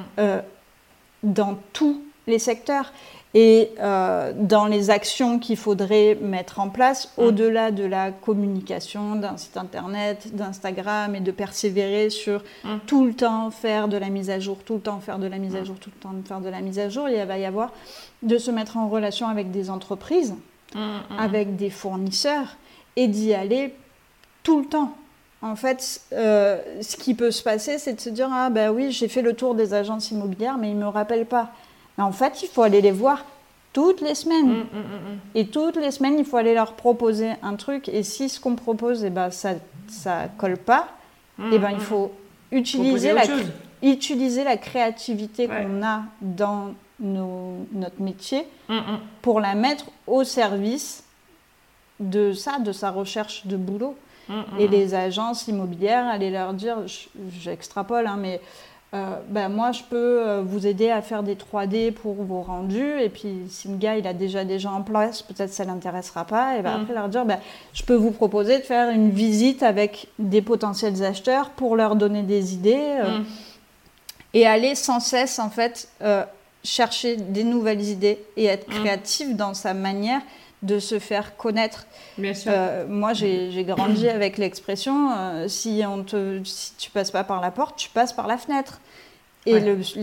dans tous les secteurs. Et dans les actions qu'il faudrait mettre en place, au-delà de la communication, d'un site internet, d'Instagram, et de persévérer sur tout le temps faire de la mise à jour, tout le temps faire de la mise à jour, tout le temps faire de la mise à jour, il va y avoir de se mettre en relation avec des entreprises, avec des fournisseurs, et d'y aller tout le temps. En fait, ce qui peut se passer, c'est de se dire « Ah ben oui, j'ai fait le tour des agences immobilières, mais ils ne me rappellent pas ». Mais en fait, il faut aller les voir toutes les semaines. Et toutes les semaines, il faut aller leur proposer un truc. Et si ce qu'on propose, ça ne colle pas, il faut utiliser la créativité qu'on a dans notre métier pour la mettre au service de sa recherche de boulot. Et les agences immobilières, aller leur dire, j'extrapole, mais... moi, je peux vous aider à faire des 3D pour vos rendus. Et puis, si le gars, il a déjà des gens en place, peut-être ça ne l'intéressera pas. Et après, leur dire, je peux vous proposer de faire une visite avec des potentiels acheteurs pour leur donner des idées. Et aller sans cesse, en fait, chercher des nouvelles idées et être créatif dans sa manière de se faire connaître. Bien sûr. Moi, j'ai grandi avec l'expression si tu passes pas par la porte, tu passes par la fenêtre. Et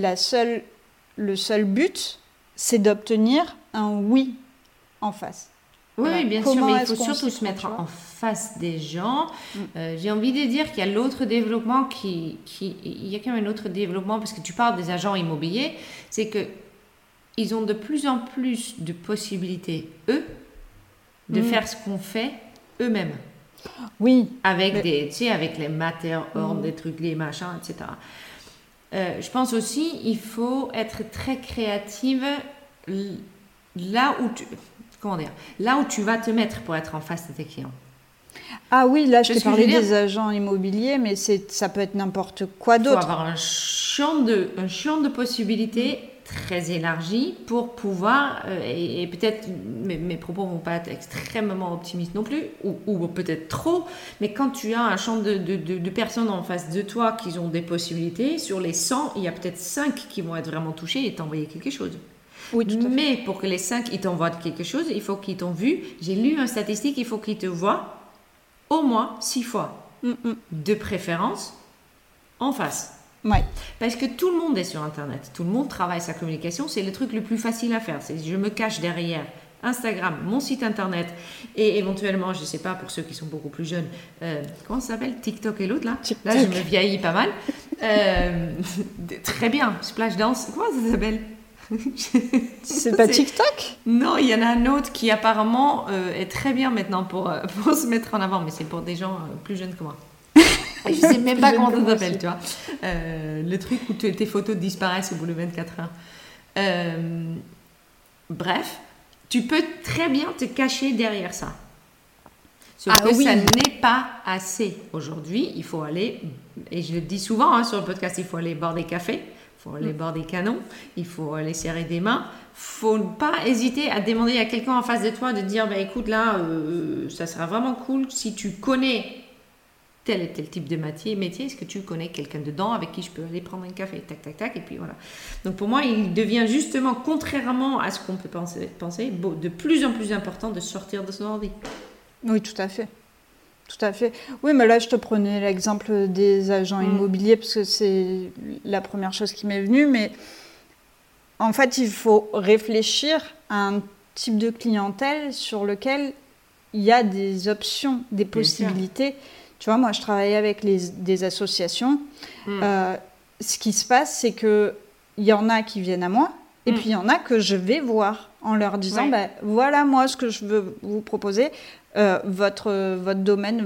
le seul but, c'est d'obtenir un oui en face. Oui, bien sûr, mais il faut surtout se mettre en face des gens. J'ai envie de dire qu'il y a l'autre développement il y a quand même un autre développement, parce que tu parles des agents immobiliers, c'est que ils ont de plus en plus de possibilités, eux, de faire ce qu'on fait eux-mêmes. Oui. Avec avec les Matterhorn, des trucs, les machins, etc. Je pense aussi il faut être très créative là où tu vas te mettre pour être en face de tes clients. Ah oui, là je t'ai parlé des agents immobiliers, mais ça peut être n'importe quoi d'autre. Il faut avoir un champ de possibilités très élargi pour pouvoir, et peut-être mes propos ne vont pas être extrêmement optimistes non plus, ou peut-être trop, mais quand tu as un champ de personnes en face de toi qui ont des possibilités, sur les 100, il y a peut-être 5 qui vont être vraiment touchés et t'envoyer quelque chose. Oui, tout à fait. Mais pour que les 5 ils t'envoient quelque chose, il faut qu'ils t'ont vu. J'ai lu une statistique, il faut qu'ils te voient au moins 6 fois. De préférence en face. Ouais. Parce que tout le monde est sur Internet, tout le monde travaille sa communication, c'est le truc le plus facile à faire. C'est je me cache derrière Instagram, mon site Internet et éventuellement, je ne sais pas, pour ceux qui sont beaucoup plus jeunes, comment ça s'appelle, TikTok et l'autre là TikTok. Là, je me vieillis pas mal. Très bien, Splash Dance, comment ça s'appelle? C'est pas TikTok? Non, il y en a un autre qui apparemment est très bien maintenant pour se mettre en avant, mais c'est pour des gens plus jeunes que moi. Je sais même pas comment ça s'appelle, tu vois. Le truc où tes photos disparaissent au bout de 24 heures. Bref, tu peux très bien te cacher derrière ça. Sauf que ça n'est pas assez. Aujourd'hui, il faut aller, et je le dis souvent sur le podcast, il faut aller boire des cafés, il faut aller boire des canons, il faut aller serrer des mains. Il ne faut pas hésiter à demander à quelqu'un en face de toi de dire, écoute, là, ça sera vraiment cool si tu connais tel et tel type de métier, est-ce que tu connais quelqu'un dedans avec qui je peux aller prendre un café, tac, tac, tac, et puis voilà. Donc pour moi, il devient justement, contrairement à ce qu'on peut penser de plus en plus important de sortir de son ordi. Oui, tout à fait. Tout à fait. Oui, mais là, je te prenais l'exemple des agents immobiliers parce que c'est la première chose qui m'est venue, mais en fait, il faut réfléchir à un type de clientèle sur lequel il y a des options, des possibilités. Tu vois, moi, je travaille avec des associations. Ce qui se passe, c'est qu'il y en a qui viennent à moi et puis il y en a que je vais voir en leur disant, voilà, moi, ce que je veux vous proposer, votre domaine,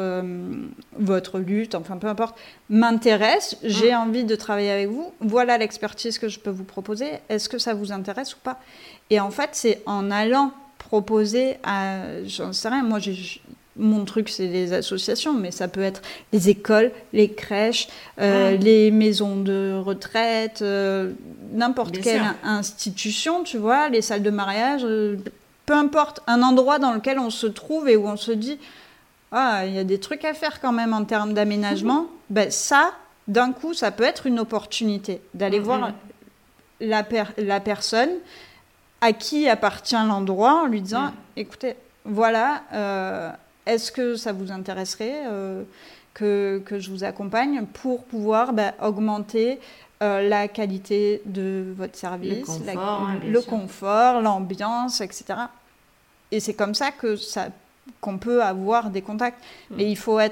votre lutte, enfin, peu importe, m'intéresse. J'ai envie de travailler avec vous. Voilà l'expertise que je peux vous proposer. Est-ce que ça vous intéresse ou pas? Et en fait, c'est en allant proposer à... J'en sais rien, moi, mon truc, c'est les associations, mais ça peut être les écoles, les crèches, les maisons de retraite, n'importe quelle institution, tu vois, les salles de mariage, peu importe, un endroit dans lequel on se trouve et où on se dit « Ah, il y a des trucs à faire quand même en termes d'aménagement », ça, d'un coup, ça peut être une opportunité d'aller voir la personne à qui appartient l'endroit en lui disant « Écoutez, voilà... est-ce que ça vous intéresserait que je vous accompagne pour pouvoir augmenter la qualité de votre service, le confort, l'ambiance, etc. » Et c'est comme ça qu'on peut avoir des contacts. Mais il faut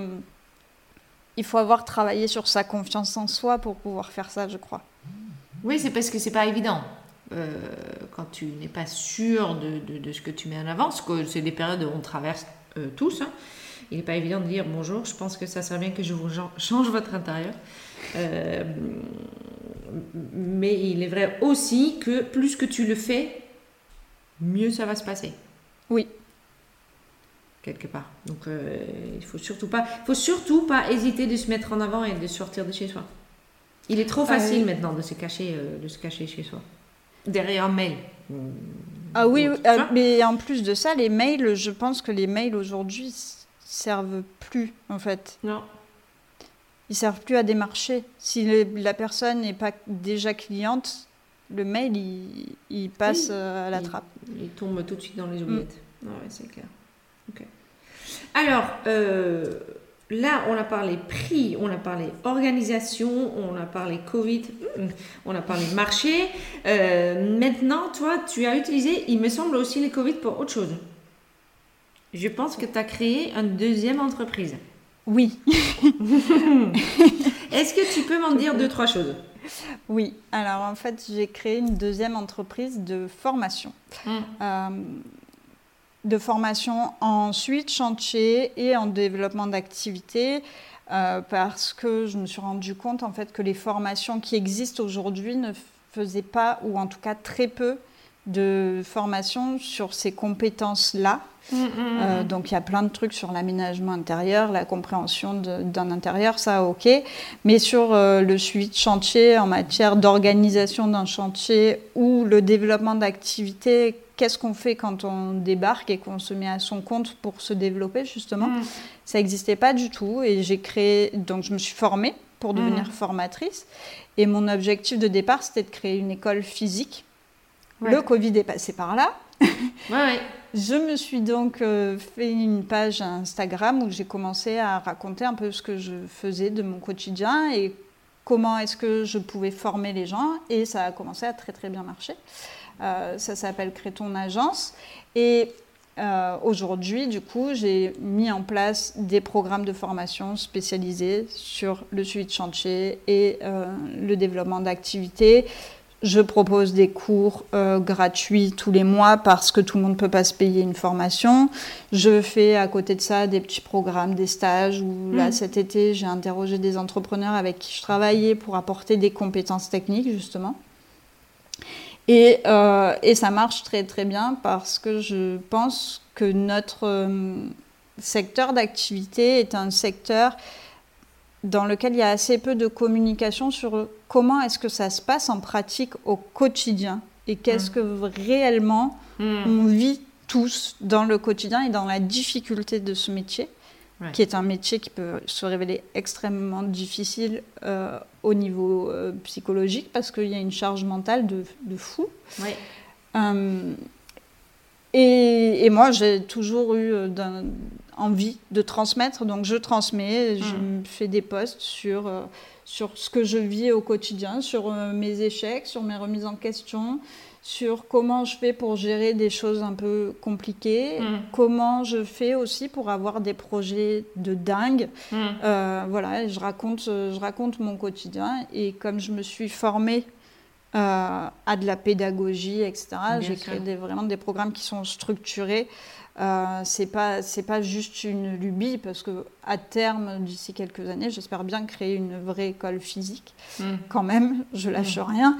avoir travaillé sur sa confiance en soi pour pouvoir faire ça, je crois. Oui, c'est parce que c'est pas évident. Quand tu n'es pas sûr de ce que tu mets en avant, parce que c'est des périodes où on traverse tous. Il n'est pas évident de dire bonjour, je pense que ça serait bien que je vous change votre intérieur. Mais il est vrai aussi que plus que tu le fais, mieux ça va se passer. Oui. Quelque part. Donc il faut surtout pas hésiter de se mettre en avant et de sortir de chez soi. Il est trop facile maintenant de se cacher chez soi. Derrière un mail. Ah oui, mais en plus de ça, les mails, je pense que les mails aujourd'hui servent plus, en fait. Non. Ils servent plus à démarcher. Si la personne n'est pas déjà cliente, le mail, il passe à la trappe. Il tombe tout de suite dans les oubliettes. Ouais, c'est clair. Okay. Alors, là, on a parlé prix, on a parlé organisation, on a parlé Covid, on a parlé marché. Maintenant, toi, tu as utilisé, il me semble aussi, les Covid pour autre chose. Je pense que tu as créé une deuxième entreprise. Oui. Est-ce que tu peux m'en dire 2-3 choses? Oui, alors en fait, j'ai créé une deuxième entreprise de formation. De formation en suite chantier et en développement d'activité, parce que je me suis rendu compte en fait que les formations qui existent aujourd'hui ne faisaient pas, ou en tout cas très peu, de formation sur ces compétences-là. Donc il y a plein de trucs sur l'aménagement intérieur, la compréhension d'un intérieur, ça ok. Mais sur le suivi de chantier en matière d'organisation d'un chantier ou le développement d'activité, qu'est-ce qu'on fait quand on débarque et qu'on se met à son compte pour se développer justement, ça n'existait pas du tout. Et donc je me suis formée pour devenir formatrice. Et mon objectif de départ, c'était de créer une école physique. Ouais. Le Covid est passé par là. Ouais. Je me suis donc fait une page Instagram où j'ai commencé à raconter un peu ce que je faisais de mon quotidien et comment est-ce que je pouvais former les gens. Et ça a commencé à très très bien marcher. Ça s'appelle Crée ton agence. Et aujourd'hui, du coup, j'ai mis en place des programmes de formation spécialisés sur le suivi de chantier et le développement d'activités. Je propose des cours gratuits tous les mois parce que tout le monde ne peut pas se payer une formation. Je fais à côté de ça des petits programmes, des stages où là cet été j'ai interrogé des entrepreneurs avec qui je travaillais pour apporter des compétences techniques justement. Et ça marche très très bien parce que je pense que notre secteur d'activité est un secteur dans lequel il y a assez peu de communication sur comment est-ce que ça se passe en pratique au quotidien et qu'est-ce que réellement on vit tous dans le quotidien et dans la difficulté de ce métier, qui est un métier qui peut se révéler extrêmement difficile au niveau psychologique parce qu'il y a une charge mentale de fou. Et moi, j'ai toujours eu envie de transmettre, donc je transmets, je fais des posts sur ce que je vis au quotidien, sur mes échecs, sur mes remises en question, sur comment je fais pour gérer des choses un peu compliquées, comment je fais aussi pour avoir des projets de dingue. Voilà, je raconte mon quotidien et comme je me suis formée à de la pédagogie, etc. J'ai créé vraiment des programmes qui sont structurés. C'est pas juste une lubie parce que à terme, d'ici quelques années, j'espère bien créer une vraie école physique. Quand même, je lâche rien.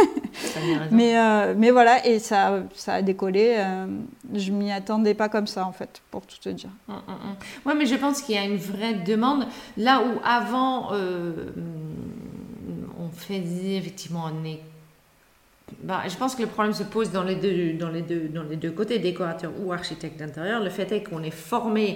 Mais voilà, et ça a décollé. Je m'y attendais pas comme ça en fait, pour tout te dire. Ouais, mais je pense qu'il y a une vraie demande là où avant on faisait effectivement je pense que le problème se pose dans les deux côtés, décorateur ou architecte d'intérieur. Le fait est qu'on est formé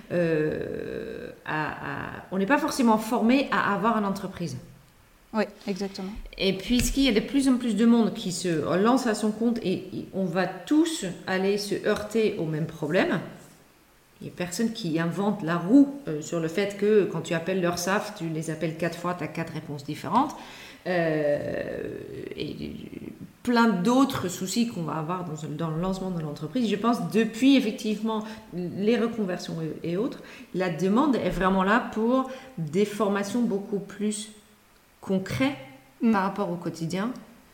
on n'est pas forcément formé à avoir une entreprise. Oui, exactement. Et puisqu'il y a de plus en plus de monde qui se lance à son compte et on va tous aller se heurter au même problème. Il n'y a personne qui invente la roue sur le fait que quand tu appelles l'URSSAF, tu les appelles 4 fois, tu as 4 réponses différentes. Et plein d'autres soucis qu'on va avoir dans le lancement de l'entreprise. Je pense depuis effectivement les reconversions et autres, la demande est vraiment là pour des formations beaucoup plus concrètes par rapport au quotidien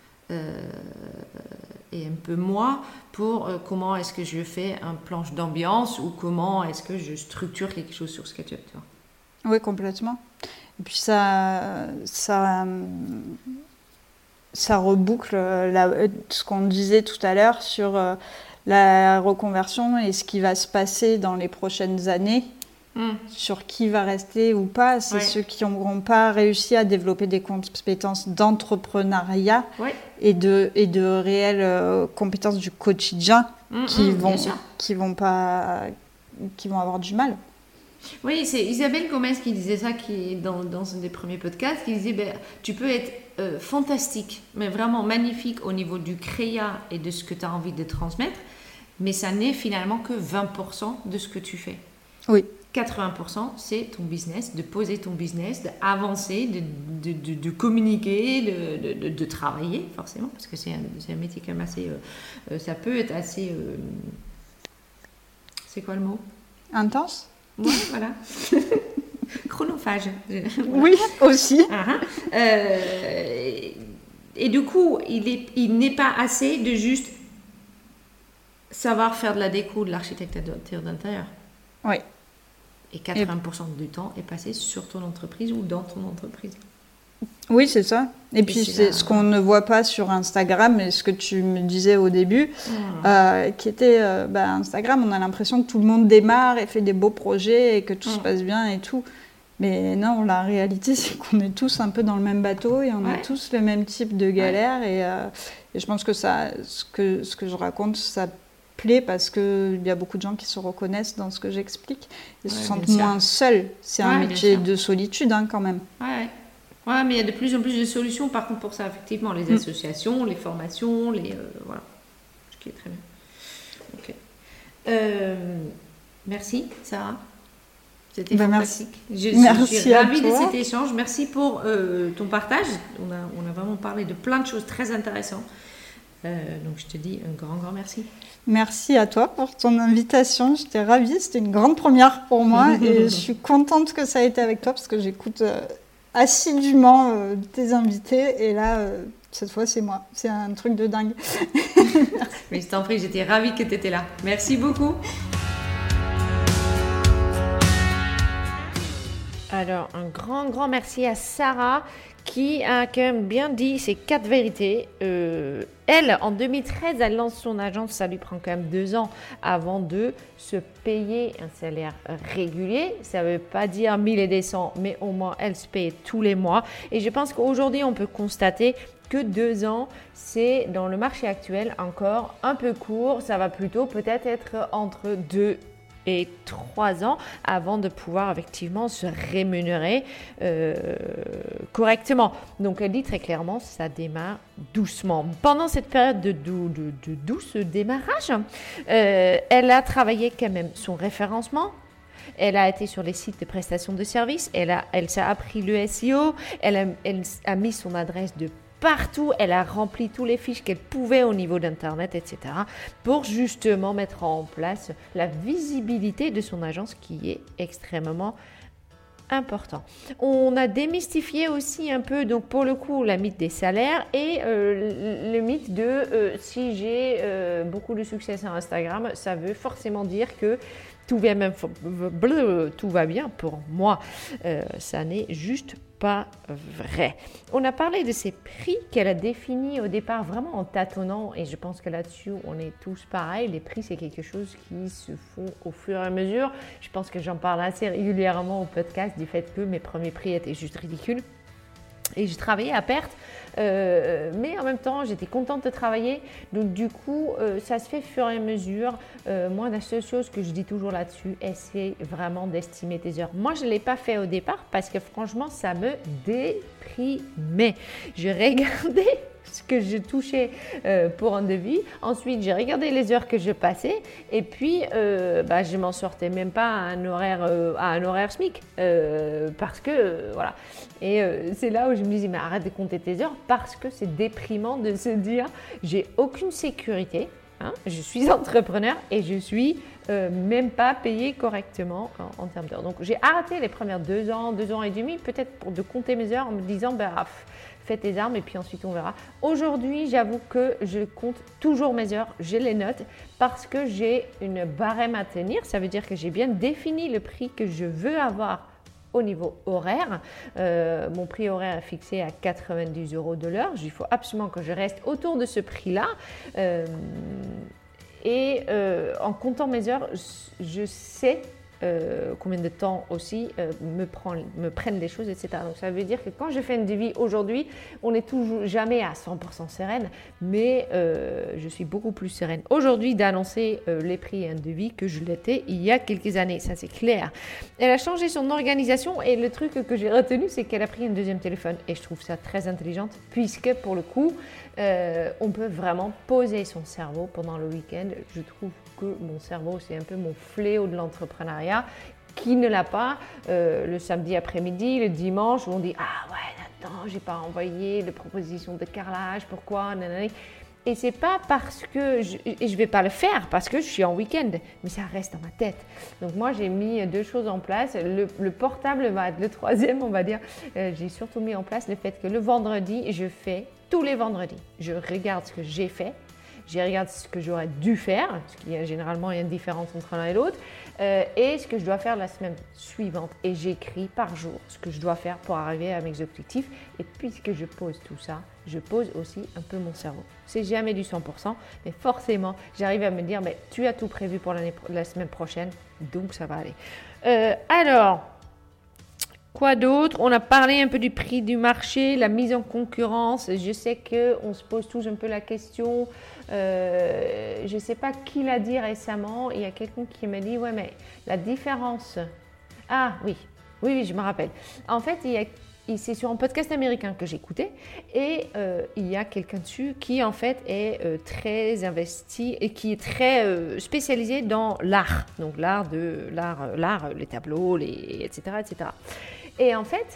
et un peu moins pour comment est-ce que je fais un planche d'ambiance ou comment est-ce que je structure quelque chose sur SketchUp. Tu vois. Oui, complètement. Et puis ça reboucle ce qu'on disait tout à l'heure sur la reconversion et ce qui va se passer dans les prochaines années, sur qui va rester ou pas. C'est ceux qui n'auront pas réussi à développer des compétences d'entrepreneuriat et de réelles compétences du quotidien qui vont avoir du mal. Oui, c'est Isabelle Gomez qui disait ça dans un des premiers podcasts, qui disait tu peux être fantastique, mais vraiment magnifique au niveau du créa et de ce que tu as envie de transmettre, mais ça n'est finalement que 20% de ce que tu fais. Oui. 80%, c'est ton business, de poser ton business, d'avancer, de communiquer, de travailler, forcément, parce que c'est un métier quand même assez... ça peut être assez... c'est quoi le mot ? Intense ? Ouais, voilà. Chronophage. Oui, aussi. Et du coup, il n'est pas assez de juste savoir faire de la déco, de l'architecture d'intérieur. Oui. Et 80% du temps est passé sur ton entreprise ou dans ton entreprise. Oui, c'est ça. Et puis, c'est ce qu'on ne voit pas sur Instagram, et ce que tu me disais au début, qui était Instagram, on a l'impression que tout le monde démarre et fait des beaux projets et que tout se passe bien et tout. Mais non, la réalité, c'est qu'on est tous un peu dans le même bateau et on a tous le même type de galère. Et je pense que ce que je raconte, ça plaît parce qu'il y a beaucoup de gens qui se reconnaissent dans ce que j'explique et se sentent moins seuls. C'est un métier de solitude quand même. Ouais, mais il y a de plus en plus de solutions par contre pour ça, effectivement. Les associations, les formations, voilà. Ce qui est très bien. Ok. Merci, Sarah. C'était fantastique. Je suis ravie de cet échange. Merci pour ton partage. On a vraiment parlé de plein de choses très intéressantes. Donc, je te dis un grand merci. Merci à toi pour ton invitation. J'étais ravie. C'était une grande première pour moi. Et je suis contente que ça ait été avec toi parce que j'écoute assidûment tes invités. Et là, cette fois, c'est moi. C'est un truc de dingue. Mais je t'en prie, j'étais ravie que tu étais là. Merci beaucoup. Alors, un grand merci à Sarah qui a quand même bien dit ses 4 vérités. Elle, en 2013, elle lance son agence. Ça lui prend quand même 2 ans avant de se payer un salaire régulier. Ça ne veut pas dire 1000 et des cents, mais au moins, elle se paye tous les mois. Et je pense qu'aujourd'hui, on peut constater que 2 ans, c'est dans le marché actuel encore un peu court. Ça va plutôt peut-être être entre 2 et 3 ans avant de pouvoir effectivement se rémunérer correctement. Donc elle dit très clairement, ça démarre doucement. Pendant cette période de douce démarrage, elle a travaillé quand même son référencement. Elle a été sur les sites de prestations de services, elle s'est appris le SEO, elle a mis son adresse de partout, elle a rempli tous les fiches qu'elle pouvait au niveau d'Internet, etc. pour justement mettre en place la visibilité de son agence qui est extrêmement important. On a démystifié aussi un peu, donc pour le coup, la mythe des salaires et le mythe de si j'ai beaucoup de succès sur Instagram, ça veut forcément dire que tout va bien pour moi. Ça n'est juste pas vrai. On a parlé de ces prix qu'elle a définis au départ vraiment en tâtonnant et je pense que là-dessus on est tous pareils. Les prix c'est quelque chose qui se font au fur et à mesure. Je pense que j'en parle assez régulièrement au podcast du fait que mes premiers prix étaient juste ridicules. Et j'ai travaillé à perte, mais en même temps, j'étais contente de travailler. Donc du coup, ça se fait au fur et à mesure. Moi, la seule chose que je dis toujours là-dessus, c'est vraiment d'estimer tes heures. Moi, je ne l'ai pas fait au départ parce que franchement, ça me déprimait. Je regardais ce que je touchais pour un devis. Ensuite, j'ai regardé les heures que je passais et puis je m'en sortais même pas à un horaire SMIC parce que voilà. Et c'est là où je me disais mais arrête de compter tes heures parce que c'est déprimant de se dire j'ai aucune sécurité. Je suis entrepreneur et je suis même pas payée correctement en termes d'heures. Donc j'ai arrêté les premières 2 ans et demi peut-être pour de compter mes heures en me disant fais tes armes et puis ensuite on verra. Aujourd'hui, j'avoue que je compte toujours mes heures, je les note parce que j'ai une barème à tenir. Ça veut dire que j'ai bien défini le prix que je veux avoir au niveau horaire. Mon prix horaire est fixé à 90 € de l'heure. Il faut absolument que je reste autour de ce prix-là. En comptant mes heures, je sais combien de temps aussi me prennent les choses, etc. Donc ça veut dire que quand je fais une devis aujourd'hui, on n'est toujours jamais à 100% sereine, mais je suis beaucoup plus sereine aujourd'hui d'annoncer les prix et un devis que je l'étais il y a quelques années, ça c'est clair. Elle a changé son organisation et le truc que j'ai retenu, c'est qu'elle a pris un deuxième téléphone et je trouve ça très intelligente puisque pour le coup, on peut vraiment poser son cerveau pendant le week-end. Je trouve que mon cerveau, c'est un peu mon fléau de l'entrepreneuriat. Qui ne l'a pas le samedi après-midi, le dimanche, où on dit « Ah ouais, attends, j'ai pas envoyé de proposition de carrelage, pourquoi ?» Et c'est pas parce que je vais pas le faire parce que je suis en week-end, mais ça reste dans ma tête. Donc moi j'ai mis 2 choses en place. Le portable va être le 3e, on va dire. J'ai surtout mis en place le fait que le vendredi, je fais tous les vendredis. Je regarde ce que j'ai fait. Je regarde ce que j'aurais dû faire, parce qu'il y a généralement une différence entre l'un et l'autre, et ce que je dois faire la semaine suivante. Et j'écris par jour ce que je dois faire pour arriver à mes objectifs. Et puisque je pose tout ça, je pose aussi un peu mon cerveau. C'est jamais du 100%, mais forcément, j'arrive à me dire, tu as tout prévu pour la semaine prochaine, donc ça va aller. Alors, quoi d'autre? On a parlé un peu du prix du marché, la mise en concurrence. Je sais qu'on se pose tous un peu la question. Je ne sais pas qui l'a dit récemment. Il y a quelqu'un qui m'a dit, ouais, mais la différence… Ah oui, je me rappelle. En fait, c'est sur un podcast américain que j'écoutais et il y a quelqu'un dessus qui en fait est très investi et qui est très spécialisé dans l'art. Donc l'art, les tableaux, etc., etc. Et en fait,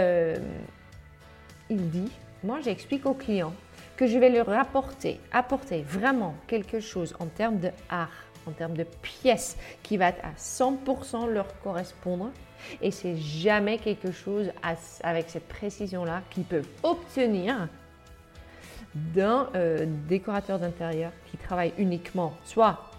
il dit, moi j'explique aux clients que je vais leur apporter vraiment quelque chose en termes de art, en termes de pièces qui va à 100% leur correspondre. Et c'est jamais quelque chose avec cette précision-là qu'ils peuvent obtenir d'un décorateur d'intérieur qui travaille uniquement soit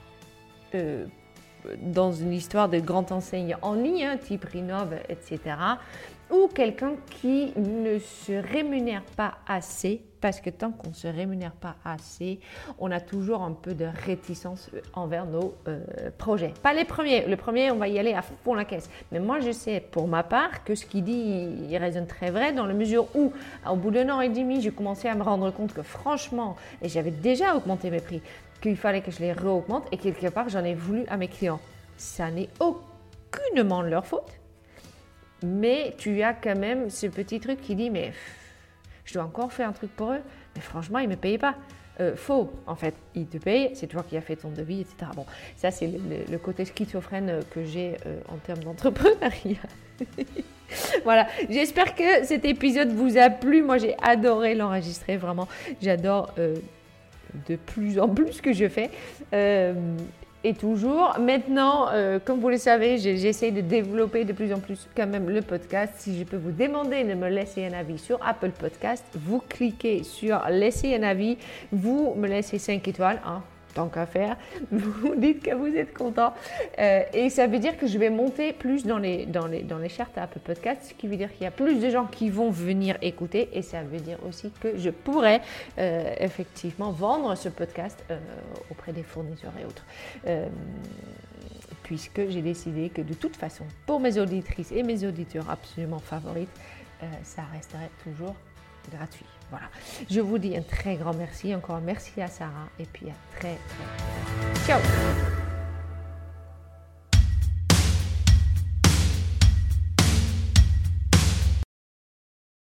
dans une histoire de grande enseigne en ligne, type Rénov, etc., ou quelqu'un qui ne se rémunère pas assez, parce que tant qu'on ne se rémunère pas assez, on a toujours un peu de réticence envers nos projets. Pas les premiers. Le premier, on va y aller à fond la caisse. Mais moi, je sais pour ma part que ce qu'il dit, il résonne très vrai dans la mesure où, au bout d'1 an et demi, j'ai commencé à me rendre compte que franchement, et j'avais déjà augmenté mes prix, qu'il fallait que je les re-augmente et quelque part, j'en ai voulu à mes clients. Ça n'est aucunement de leur faute. Mais tu as quand même ce petit truc qui dit, mais je dois encore faire un truc pour eux, mais franchement, ils ne me payaient pas. Faux, en fait, ils te payent, c'est toi qui as fait ton devis, etc. Bon, ça, c'est le côté schizophrène que j'ai en termes d'entrepreneuriat. Voilà, j'espère que cet épisode vous a plu. Moi, j'ai adoré l'enregistrer, vraiment. J'adore de plus en plus ce que je fais. Et toujours, maintenant, comme vous le savez, j'essaie de développer de plus en plus quand même le podcast. Si je peux vous demander de me laisser un avis sur Apple Podcast, vous cliquez sur laisser un avis, vous me laissez 5 étoiles, hein, tant qu'à faire, vous dites que vous êtes content. Et ça veut dire que je vais monter plus dans les charts à Apple Podcast, ce qui veut dire qu'il y a plus de gens qui vont venir écouter et ça veut dire aussi que je pourrais effectivement vendre ce podcast auprès des fournisseurs et autres. Puisque j'ai décidé que de toute façon, pour mes auditrices et mes auditeurs absolument favorites, ça resterait toujours gratuit. Voilà. Je vous dis un très grand merci. Encore merci à Sarah et puis à très bientôt. Ciao!